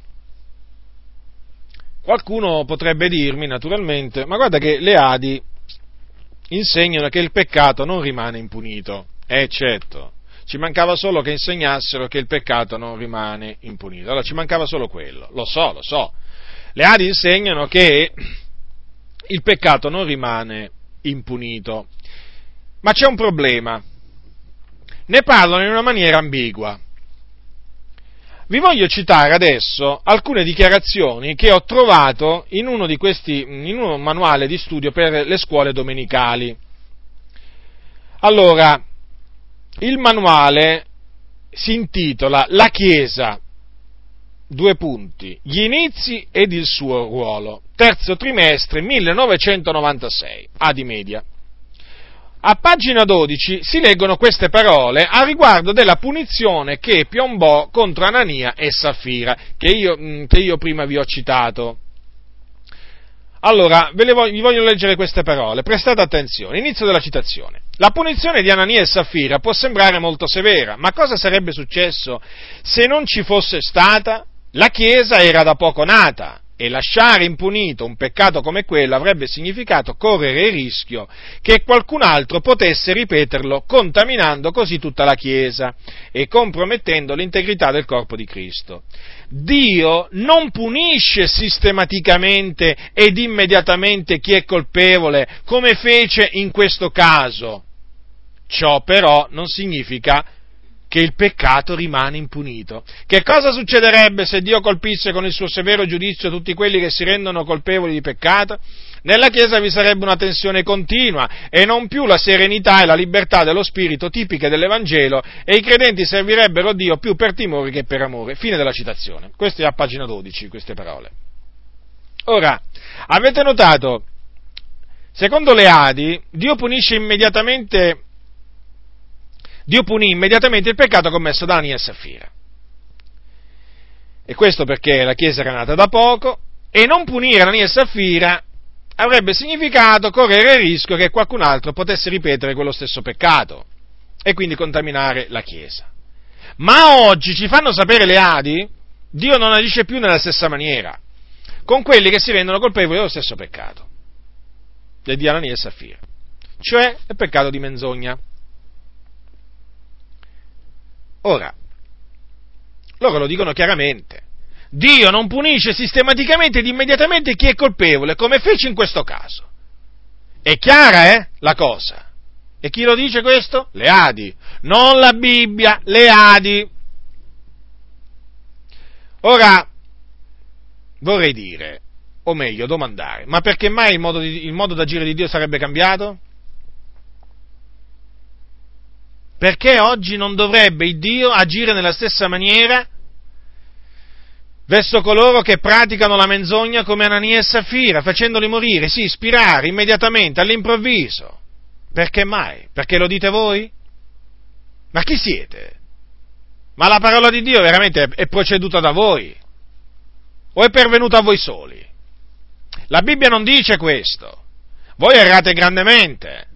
qualcuno potrebbe dirmi, naturalmente, ma guarda che le Adi insegnano che il peccato non rimane impunito. Certo, ci mancava solo che insegnassero che il peccato non rimane impunito. Allora, ci mancava solo quello, lo so. Le Adi insegnano che il peccato non rimane impunito. Ma c'è un problema. Ne parlano in una maniera ambigua. Vi voglio citare adesso alcune dichiarazioni che ho trovato in un manuale di studio per le scuole domenicali. Allora, il manuale si intitola La Chiesa, gli inizi ed il suo ruolo, terzo trimestre 1996, Adi Media. a pagina 12 si leggono queste parole a riguardo della punizione che piombò contro Anania e Saffira, che io prima vi ho citato. Allora, vi voglio leggere queste parole, prestate attenzione, inizio della citazione. La punizione di Anania e Saffira può sembrare molto severa, ma cosa sarebbe successo se non ci fosse stata? La Chiesa era da poco nata e lasciare impunito un peccato come quello avrebbe significato correre il rischio che qualcun altro potesse ripeterlo, contaminando così tutta la Chiesa e compromettendo l'integrità del corpo di Cristo. Dio non punisce sistematicamente ed immediatamente chi è colpevole, come fece in questo caso. Ciò però non significa che il peccato rimane impunito. Che cosa succederebbe se Dio colpisse con il suo severo giudizio tutti quelli che si rendono colpevoli di peccato? Nella Chiesa vi sarebbe una tensione continua e non più la serenità e la libertà dello spirito tipiche dell'Evangelo, e i credenti servirebbero Dio più per timore che per amore. Fine della citazione. Questo è a pagina 12, queste parole. Ora, avete notato, secondo le Adi, Dio punì immediatamente il peccato commesso da Anania e Saffira. E questo perché la Chiesa era nata da poco, e non punire Anania e Saffira avrebbe significato correre il rischio che qualcun altro potesse ripetere quello stesso peccato, e quindi contaminare la Chiesa. Ma oggi ci fanno sapere le Adi, Dio non agisce più nella stessa maniera, con quelli che si rendono colpevoli dello stesso peccato, di Anania e Saffira, cioè il peccato di menzogna. Ora, loro lo dicono chiaramente, Dio non punisce sistematicamente ed immediatamente chi è colpevole, come fece in questo caso. È chiara, la cosa? E chi lo dice questo? Le Adi, non la Bibbia, le Adi. Ora, vorrei dire, o meglio, domandare, ma perché mai il modo d'agire di Dio sarebbe cambiato? Perché oggi non dovrebbe il Dio agire nella stessa maniera verso coloro che praticano la menzogna come Anania e Saffira, facendoli morire, sì, spirare immediatamente, all'improvviso? Perché mai? Perché lo dite voi? Ma chi siete? Ma la parola di Dio veramente è proceduta da voi? O è pervenuta a voi soli? La Bibbia non dice questo. Voi errate grandemente.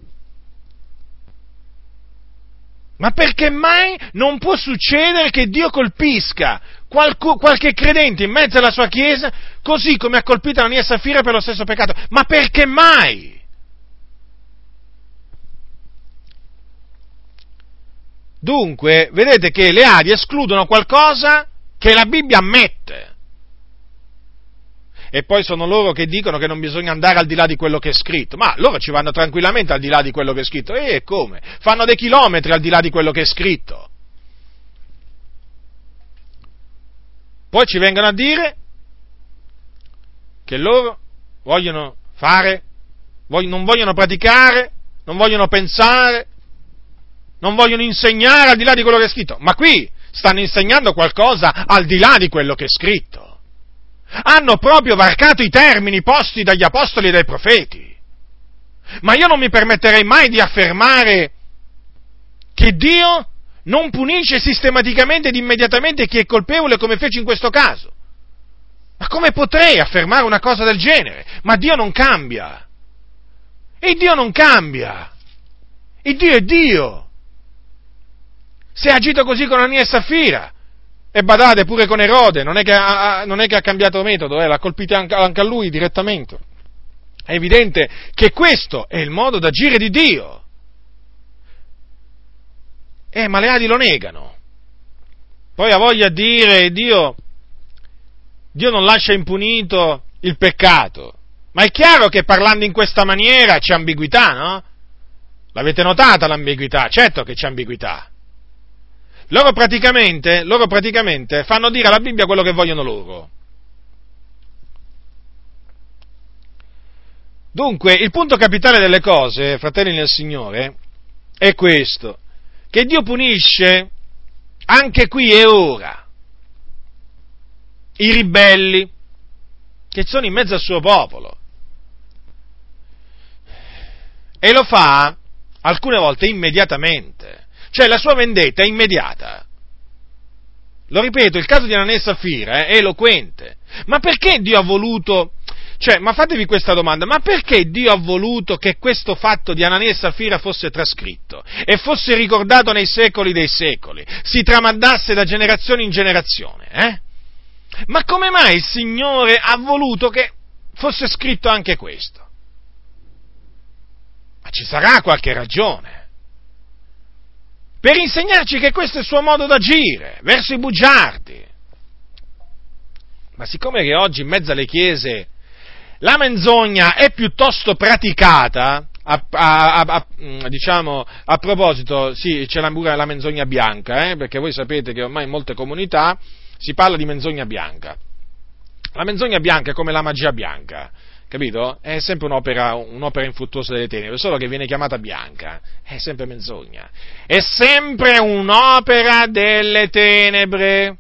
Ma perché mai non può succedere che Dio colpisca qualche credente in mezzo alla sua Chiesa, così come ha colpito Anania e Saffira per lo stesso peccato? Ma perché mai? Dunque, vedete che le Adi escludono qualcosa che la Bibbia ammette. E poi sono loro che dicono che non bisogna andare al di là di quello che è scritto, ma loro ci vanno tranquillamente al di là di quello che è scritto, e come? Fanno dei chilometri al di là di quello che è scritto. Poi ci vengono a dire che loro vogliono fare, non vogliono praticare, non vogliono pensare, non vogliono insegnare al di là di quello che è scritto, ma qui stanno insegnando qualcosa al di là di quello che è scritto. Hanno proprio varcato i termini posti dagli apostoli e dai profeti. Ma io non mi permetterei mai di affermare che Dio non punisce sistematicamente ed immediatamente chi è colpevole come fece in questo caso. Ma come potrei affermare una cosa del genere? Ma Dio non cambia. E Dio non cambia. Il Dio è Dio. Se ha agito così con Anania e Saffira, e badate pure con Erode, non è che ha cambiato metodo, l'ha colpito anche a lui direttamente. È evidente che questo è il modo d'agire di Dio. Ma le Adi lo negano. Poi ha voglia di dire Dio non lascia impunito il peccato. Ma è chiaro che parlando in questa maniera c'è ambiguità, no? L'avete notata l'ambiguità? Certo che c'è ambiguità. Loro praticamente fanno dire alla Bibbia quello che vogliono loro. Dunque, il punto capitale delle cose, fratelli nel Signore, è questo, che Dio punisce anche qui e ora i ribelli che sono in mezzo al suo popolo. E lo fa alcune volte immediatamente, cioè la sua vendetta è immediata. Lo ripeto, il caso di Anania e Saffira è eloquente. Ma perché Dio ha voluto, ma fatevi questa domanda, ma perché Dio ha voluto che questo fatto di Anania e Saffira fosse trascritto e fosse ricordato nei secoli dei secoli, si tramandasse da generazione in generazione, Ma come mai il Signore ha voluto che fosse scritto anche questo? Ma ci sarà qualche ragione. Per insegnarci che questo è il suo modo d'agire verso i bugiardi. Ma siccome che oggi in mezzo alle chiese la menzogna è piuttosto praticata, diciamo, a proposito, sì, c'è pure la menzogna bianca, perché voi sapete che ormai in molte comunità si parla di menzogna bianca. La menzogna bianca è come la magia bianca, capito? È sempre un'opera infruttuosa delle tenebre, solo che viene chiamata bianca, è sempre menzogna. È sempre un'opera delle tenebre.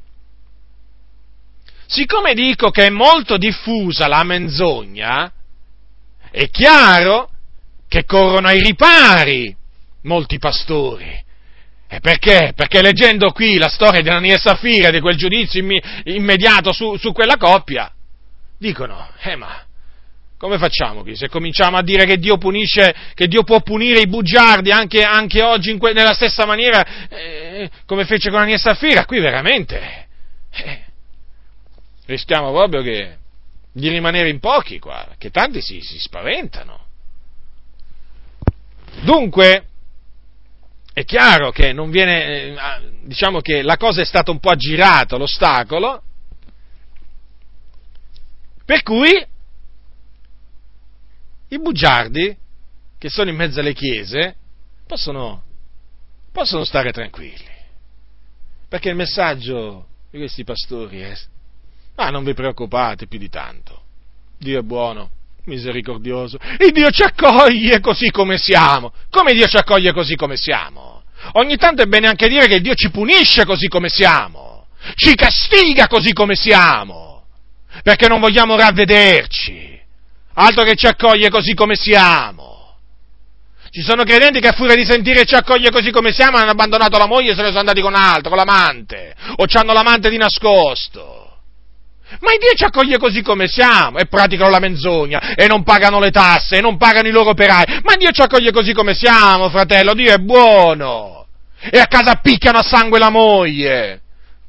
Siccome dico che è molto diffusa la menzogna, è chiaro che corrono ai ripari molti pastori. E perché? Perché leggendo qui la storia di Anania e Saffira, di quel giudizio immediato su quella coppia, dicono, ma come facciamo qui? Se cominciamo a dire che Dio punisce, che Dio può punire i bugiardi anche oggi nella stessa maniera come fece con Anania e Saffira, qui veramente rischiamo proprio di rimanere in pochi qua, che tanti si spaventano. Dunque, è chiaro che non viene, diciamo che la cosa è stata un po' aggirata, l'ostacolo, per cui i bugiardi che sono in mezzo alle chiese possono stare tranquilli, perché il messaggio di questi pastori è: non vi preoccupate più di tanto, Dio è buono, misericordioso, e Dio ci accoglie così come siamo. Come Dio ci accoglie così come siamo? Ogni tanto è bene anche dire che Dio ci punisce così come siamo, ci castiga così come siamo, perché non vogliamo ravvederci, altro che ci accoglie così come siamo. Ci sono credenti che a furia di sentire ci accoglie così come siamo hanno abbandonato la moglie e se ne sono andati con altro, con l'amante, o c'hanno l'amante di nascosto. Ma Dio ci accoglie così come siamo, e praticano la menzogna, e non pagano le tasse, e non pagano i loro operai, ma Dio ci accoglie così come siamo, fratello, Dio è buono, e a casa picchiano a sangue la moglie.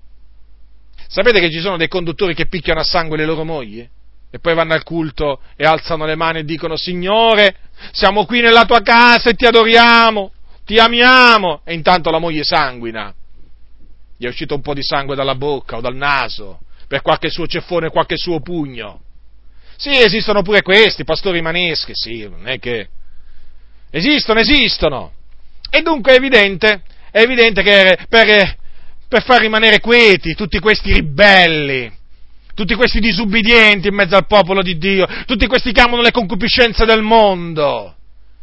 Sapete che ci sono dei conduttori che picchiano a sangue le loro mogli? E poi vanno al culto e alzano le mani e dicono: Signore, siamo qui nella tua casa e ti adoriamo, ti amiamo, e intanto la moglie sanguina, gli è uscito un po' di sangue dalla bocca o dal naso, per qualche suo ceffone, qualche suo pugno. Sì, esistono pure questi, pastori maneschi, sì, non è che... Esistono. E dunque è evidente che per far rimanere quieti tutti questi ribelli, tutti questi disubbidienti in mezzo al popolo di Dio, tutti questi che amano le concupiscenze del mondo.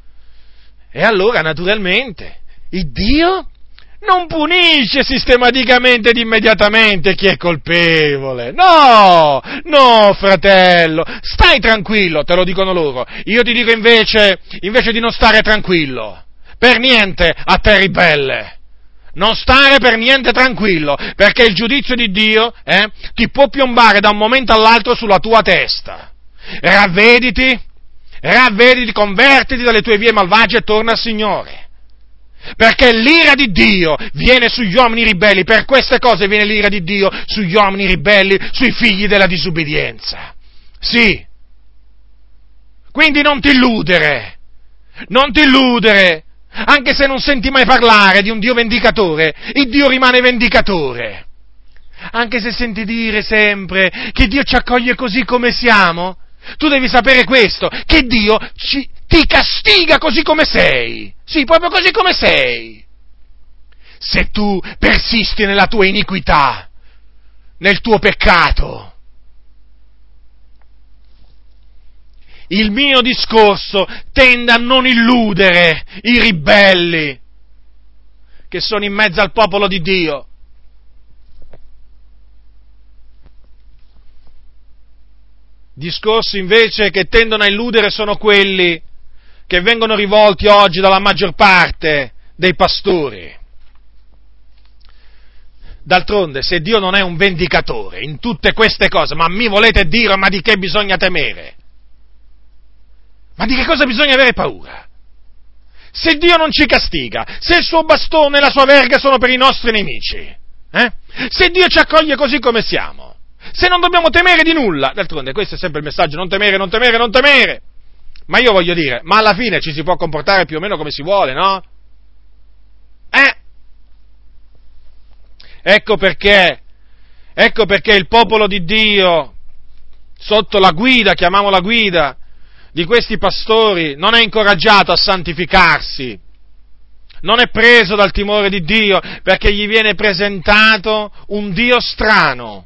E allora, naturalmente, il Dio non punisce sistematicamente ed immediatamente chi è colpevole. No, fratello, stai tranquillo, te lo dicono loro. Io ti dico invece di non stare tranquillo, per niente a te ribelle. Non stare per niente tranquillo, perché il giudizio di Dio ti può piombare da un momento all'altro sulla tua testa. Ravvediti, convertiti dalle tue vie malvagie e torna al Signore. Perché l'ira di Dio viene sugli uomini ribelli, per queste cose viene l'ira di Dio sugli uomini ribelli, sui figli della disubbidienza. Sì. Quindi non ti illudere, anche se non senti mai parlare di un Dio vendicatore, il Dio rimane vendicatore. Anche se senti dire sempre che Dio ci accoglie così come siamo, tu devi sapere questo, che Dio ti castiga così come sei. Sì, proprio così come sei. Se tu persisti nella tua iniquità, nel tuo peccato. Il mio discorso tende a non illudere i ribelli che sono in mezzo al popolo di Dio. Discorsi invece che tendono a illudere sono quelli che vengono rivolti oggi dalla maggior parte dei pastori. D'altronde, se Dio non è un vendicatore in tutte queste cose, ma mi volete dire, ma di che bisogna temere? Ma di che cosa bisogna avere paura? Se Dio non ci castiga, se il suo bastone e la sua verga sono per i nostri nemici, se Dio ci accoglie così come siamo, se non dobbiamo temere di nulla, d'altronde questo è sempre il messaggio, non temere, non temere, non temere. Ma io voglio dire, ma alla fine ci si può comportare più o meno come si vuole, no? Ecco perché il popolo di Dio, sotto la guida, chiamiamola guida, di questi pastori, non è incoraggiato a santificarsi, non è preso dal timore di Dio, perché gli viene presentato un Dio strano.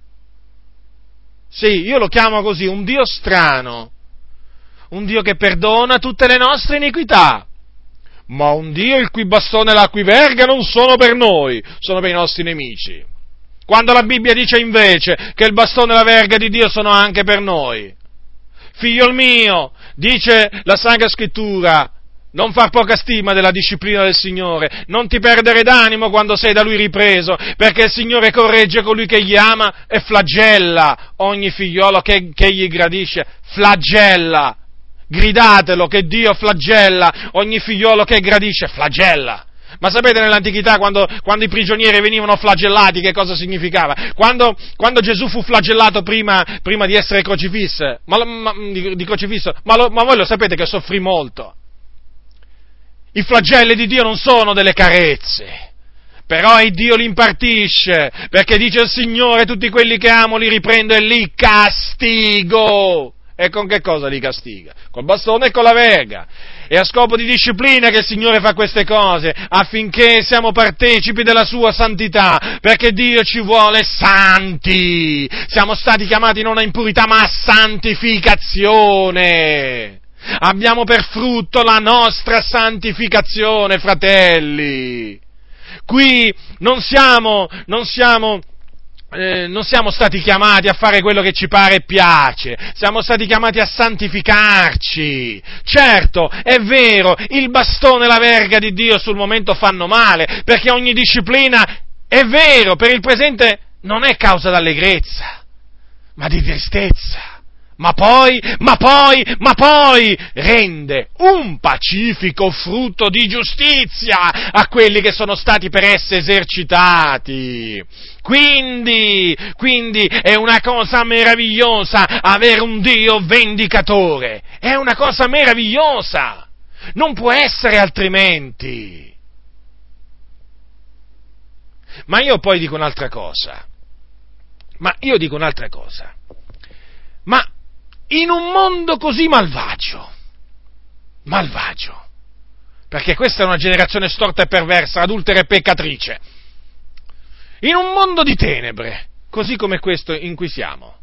Sì, io lo chiamo così, un Dio strano, un Dio che perdona tutte le nostre iniquità, ma un Dio il cui bastone e la cui verga non sono per noi, sono per i nostri nemici. Quando la Bibbia dice invece che il bastone e la verga di Dio sono anche per noi. Figliol mio, dice la Sacra Scrittura, non far poca stima della disciplina del Signore, non ti perdere d'animo quando sei da Lui ripreso, perché il Signore corregge colui che gli ama e flagella ogni figliolo che gli gradisce, flagella. Gridatelo che Dio flagella ogni figliolo che gradisce, flagella. Ma sapete nell'antichità quando i prigionieri venivano flagellati che cosa significava? Quando Gesù fu flagellato prima di essere crocifisso, ma voi lo sapete che soffrì molto. I flagelli di Dio non sono delle carezze, però il Dio li impartisce, perché dice il Signore, tutti quelli che amo li riprendo e li castigo. E con che cosa li castiga? Col bastone e con la verga. E a scopo di disciplina che il Signore fa queste cose, affinché siamo partecipi della sua santità, perché Dio ci vuole santi. Siamo stati chiamati non a impurità, ma a santificazione. Abbiamo per frutto la nostra santificazione, fratelli. Qui non siamo stati chiamati a fare quello che ci pare e piace, siamo stati chiamati a santificarci. Certo, è vero, il bastone e la verga di Dio sul momento fanno male, perché ogni disciplina, è vero, per il presente non è causa d'allegrezza, ma di tristezza. Ma poi rende un pacifico frutto di giustizia a quelli che sono stati per esse esercitati. Quindi è una cosa meravigliosa avere un Dio vendicatore, è una cosa meravigliosa, non può essere altrimenti. Ma io poi dico un'altra cosa, ma in un mondo così malvagio, perché questa è una generazione storta e perversa, adultera e peccatrice, in un mondo di tenebre, così come questo in cui siamo,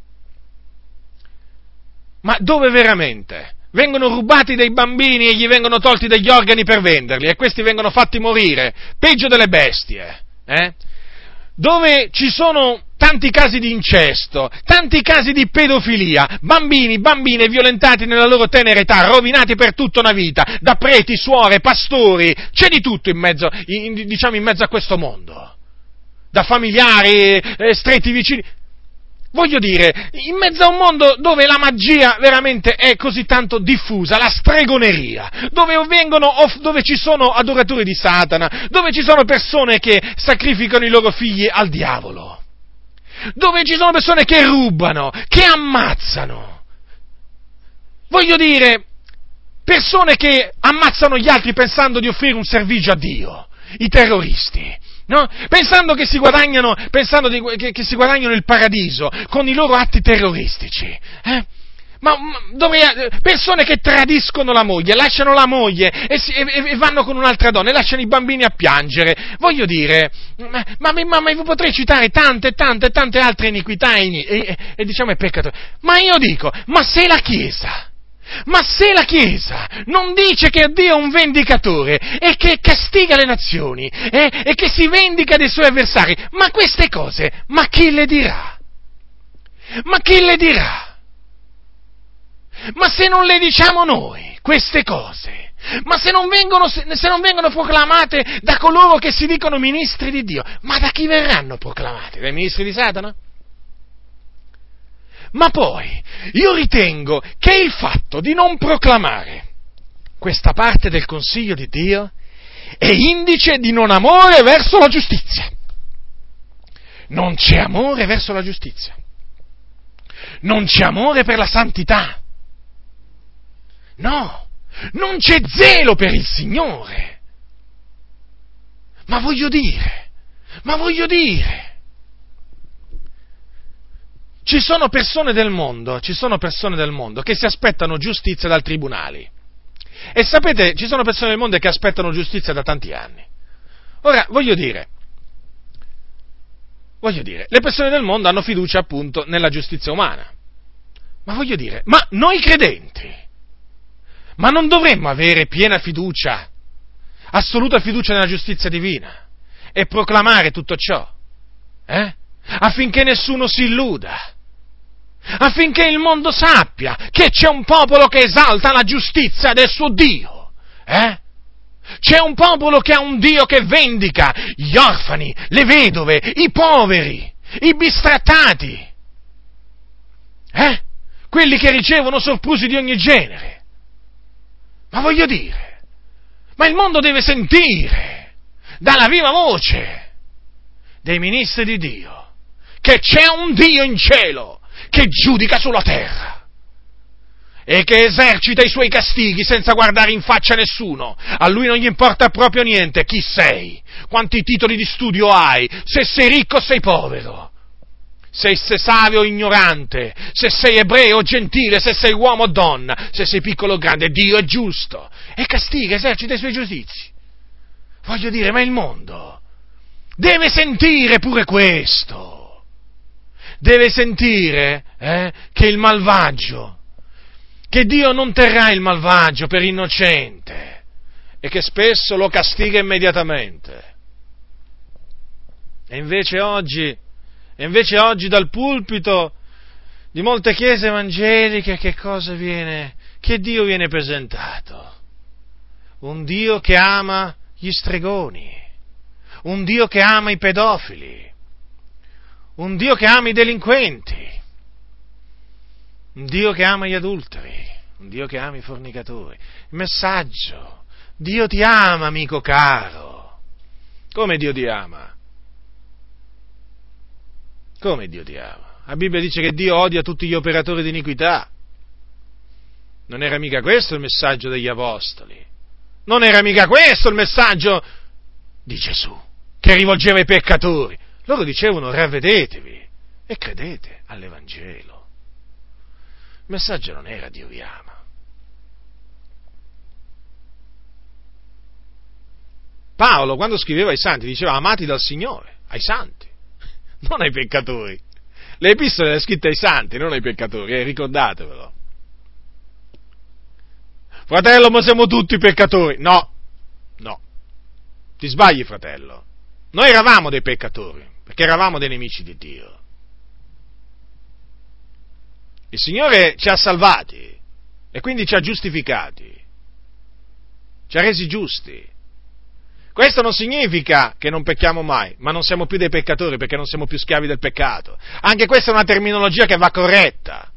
ma dove veramente vengono rubati dei bambini e gli vengono tolti degli organi per venderli, e questi vengono fatti morire, peggio delle bestie, dove ci sono tanti casi di incesto, tanti casi di pedofilia, bambine violentati nella loro tenera età, rovinati per tutta una vita, da preti, suore, pastori, c'è di tutto in mezzo a questo mondo, da familiari, stretti vicini. Voglio dire, in mezzo a un mondo dove la magia veramente è così tanto diffusa, la stregoneria, dove ci sono adoratori di Satana, dove ci sono persone che sacrificano i loro figli al diavolo, dove ci sono persone che rubano, che ammazzano. Voglio dire, persone che ammazzano gli altri pensando di offrire un servizio a Dio, i terroristi. No? Pensando che si guadagnano il paradiso con i loro atti terroristici, persone che tradiscono la moglie, lasciano la moglie e vanno con un'altra donna e lasciano i bambini a piangere. Voglio dire, ma vi potrei citare tante altre iniquità e peccato. Ma io dico, ma se la Chiesa non dice che Dio è un vendicatore e che castiga le nazioni e che si vendica dei suoi avversari, ma queste cose, ma chi le dirà? Ma se non le diciamo noi, queste cose? Ma se non vengono proclamate da coloro che si dicono ministri di Dio, ma da chi verranno proclamate? Dai ministri di Satana? Ma poi, io ritengo che il fatto di non proclamare questa parte del consiglio di Dio è indice di non amore verso la giustizia. Non c'è amore verso la giustizia. Non c'è amore per la santità. No, non c'è zelo per il Signore. Ma voglio dire, ci sono persone del mondo che si aspettano giustizia dal tribunale. E sapete, ci sono persone del mondo che aspettano giustizia da tanti anni. Ora, voglio dire, le persone del mondo hanno fiducia appunto nella giustizia umana. Ma voglio dire, ma noi credenti, ma non dovremmo avere piena fiducia, assoluta fiducia nella giustizia divina e proclamare tutto ciò, affinché nessuno si illuda, affinché il mondo sappia che c'è un popolo che esalta la giustizia del suo Dio, C'è un popolo che ha un Dio che vendica gli orfani, le vedove, i poveri, i bistrattati, quelli che ricevono soprusi di ogni genere. Ma voglio dire, ma il mondo deve sentire dalla viva voce dei ministri di Dio che c'è un Dio in cielo che giudica sulla terra e che esercita i suoi castighi senza guardare in faccia a nessuno. A lui non gli importa proprio niente chi sei, quanti titoli di studio hai, se sei ricco o sei povero, se sei savio o ignorante, se sei ebreo o gentile, se sei uomo o donna, se sei piccolo o grande. Dio è giusto e castiga, esercita i suoi giudizi. Voglio dire, ma il mondo deve sentire pure questo, deve sentire che il malvagio, che Dio non terrà il malvagio per innocente e che spesso lo castiga immediatamente. E invece oggi dal pulpito di molte chiese evangeliche che Dio viene presentato? Un Dio che ama gli stregoni, un Dio che ama i pedofili, un Dio che ama i delinquenti, un Dio che ama gli adulteri, un Dio che ama i fornicatori. Il messaggio: Dio ti ama, amico caro. Come Dio ti ama? Come Dio ti ama? La Bibbia dice che Dio odia tutti gli operatori di iniquità. Non era mica questo il messaggio degli apostoli. Non era mica questo il messaggio di Gesù, che rivolgeva ai peccatori. Loro dicevano: ravvedetevi e credete all'Evangelo. Il messaggio non era Dio vi ama. Paolo, quando scriveva ai santi, diceva: amati dal Signore, ai santi, non ai peccatori. Le epistole le scritte ai santi, non ai peccatori, ricordatevelo. Fratello, ma siamo tutti peccatori. No, ti sbagli, fratello. Noi eravamo dei peccatori, perché eravamo dei nemici di Dio. Il Signore ci ha salvati e quindi ci ha giustificati, ci ha resi giusti. Questo non significa che non pecchiamo mai, ma non siamo più dei peccatori perché non siamo più schiavi del peccato. Anche questa è una terminologia che va corretta.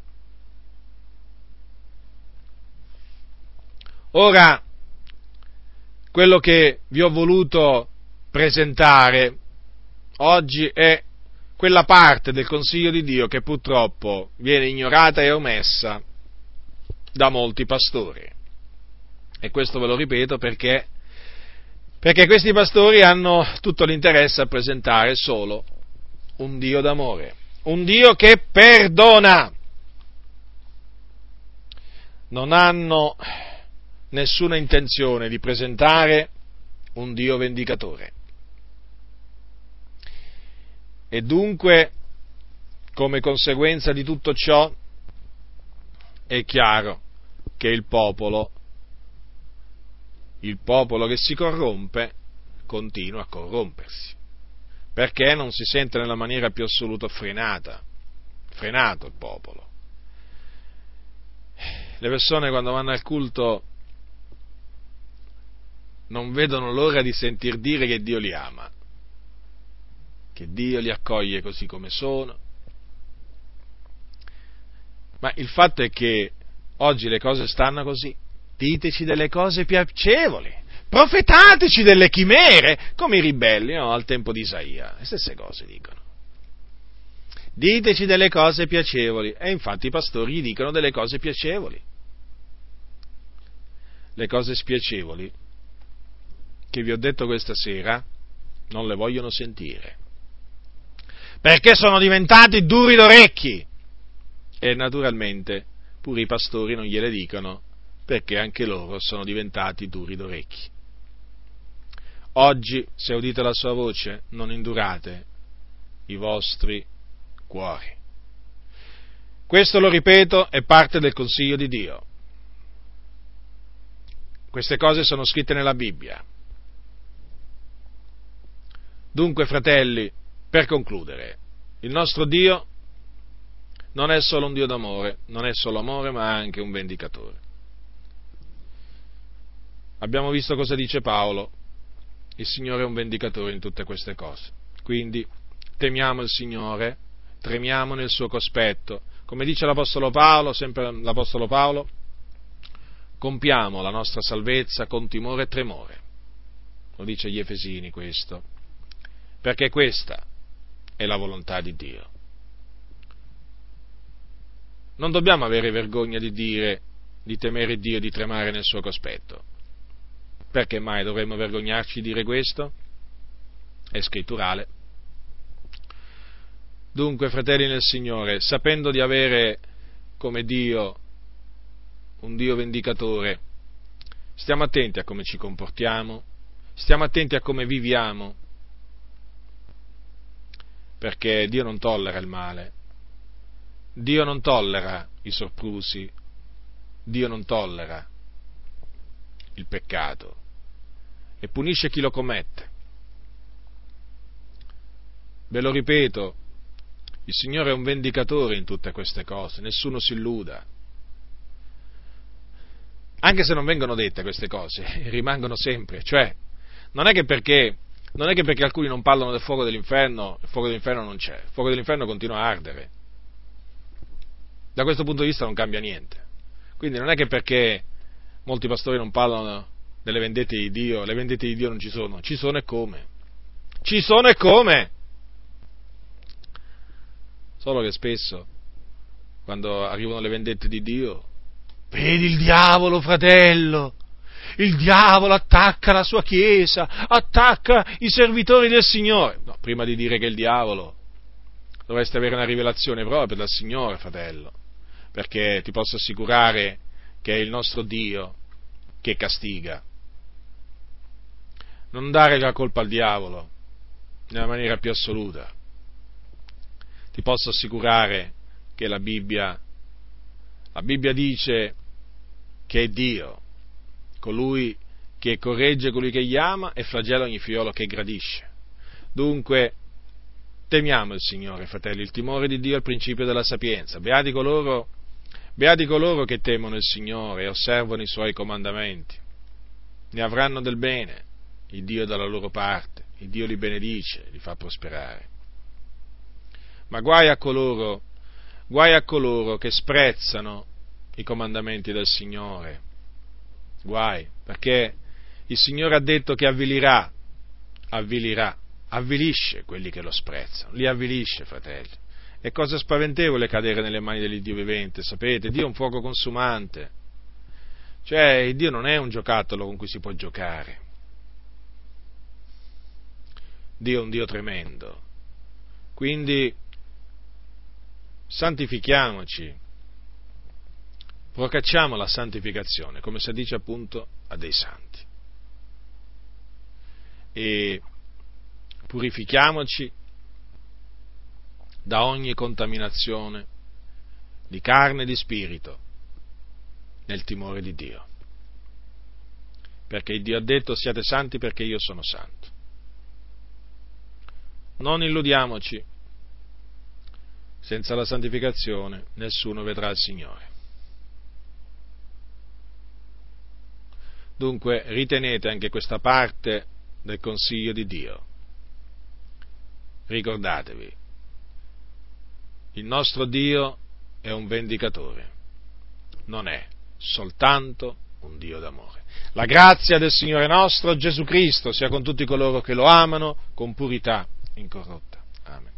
Ora, quello che vi ho voluto presentare oggi è quella parte del consiglio di Dio che purtroppo viene ignorata e omessa da molti pastori. E questo ve lo ripeto perché questi pastori hanno tutto l'interesse a presentare solo un Dio d'amore, un Dio che perdona. Non hanno nessuna intenzione di presentare un Dio vendicatore. E dunque, come conseguenza di tutto ciò, è chiaro che il popolo che si corrompe continua a corrompersi, perché non si sente nella maniera più assoluta frenato il popolo. Le persone quando vanno al culto non vedono l'ora di sentir dire che Dio li ama, che Dio li accoglie così come sono. Ma il fatto è che oggi le cose stanno così. Diteci delle cose piacevoli, profetateci delle chimere, come i ribelli, no? Al tempo di Isaia, le stesse cose dicono. Diteci delle cose piacevoli, e infatti i pastori gli dicono delle cose piacevoli. Le cose spiacevoli che vi ho detto questa sera non le vogliono sentire, perché sono diventati duri d'orecchi, e naturalmente pure i pastori non gliele dicono, perché anche loro sono diventati duri d'orecchi. Oggi, se udite la sua voce, non indurate i vostri cuori. Questo, lo ripeto, è parte del consiglio di Dio. Queste cose sono scritte nella Bibbia. Dunque, fratelli, per concludere, il nostro Dio non è solo un Dio d'amore, non è solo amore, ma anche un vendicatore. Abbiamo visto cosa dice Paolo: il Signore è un vendicatore in tutte queste cose. Quindi temiamo il Signore, tremiamo nel suo cospetto. Come dice l'Apostolo Paolo, sempre l'Apostolo Paolo, compiamo la nostra salvezza con timore e tremore. Lo dice agli Efesini questo, perché questa è la volontà di Dio. Non dobbiamo avere vergogna di dire, di temere Dio, di tremare nel suo cospetto. Perché mai dovremmo vergognarci di dire questo? È scritturale. Dunque, fratelli nel Signore, sapendo di avere come Dio un Dio vendicatore, stiamo attenti a come ci comportiamo, stiamo attenti a come viviamo, perché Dio non tollera il male, Dio non tollera i soprusi, Dio non tollera il peccato e punisce chi lo commette. Ve lo ripeto, il Signore è un vendicatore in tutte queste cose, nessuno si illuda. Anche se non vengono dette queste cose, rimangono sempre, cioè non è che perché alcuni non parlano del fuoco dell'inferno, il fuoco dell'inferno non c'è, il fuoco dell'inferno continua a ardere. Da questo punto di vista non cambia niente. Quindi non è che perché molti pastori non parlano delle vendette di Dio, le vendette di Dio non ci sono e come. Ci sono e come! Solo che spesso, quando arrivano le vendette di Dio, vedi il diavolo, fratello! Il diavolo attacca la sua chiesa, attacca i servitori del Signore. No, prima di dire che è il diavolo, dovreste avere una rivelazione proprio dal Signore, fratello, perché ti posso assicurare che è il nostro Dio che castiga. Non dare la colpa al diavolo nella maniera più assoluta. Ti posso assicurare che la Bibbia dice che è Dio colui che corregge colui che gli ama e flagella ogni figliolo che gradisce. Dunque, temiamo il Signore, fratelli, il timore di Dio è il principio della sapienza. Beati coloro che temono il Signore e osservano i Suoi comandamenti. Ne avranno del bene, il Dio è dalla loro parte, il Dio li benedice, li fa prosperare. Ma guai a coloro che sprezzano i comandamenti del Signore. Guai, perché il Signore ha detto che avvilisce quelli che lo sprezzano, li avvilisce, fratelli. È cosa spaventevole cadere nelle mani dell'Iddio vivente, sapete? Dio è un fuoco consumante, cioè Dio non è un giocattolo con cui si può giocare. Dio è un Dio tremendo, quindi santifichiamoci, procacciamo la santificazione, come si dice appunto a dei santi, e purifichiamoci da ogni contaminazione di carne e di spirito nel timore di Dio, perché Dio ha detto: siate santi perché io sono santo. Non illudiamoci, senza la santificazione nessuno vedrà il Signore. Dunque ritenete anche questa parte del consiglio di Dio. Ricordatevi, il nostro Dio è un vendicatore, non è soltanto un Dio d'amore. La grazia del Signore nostro Gesù Cristo sia con tutti coloro che lo amano con purità incorrotta. Amen.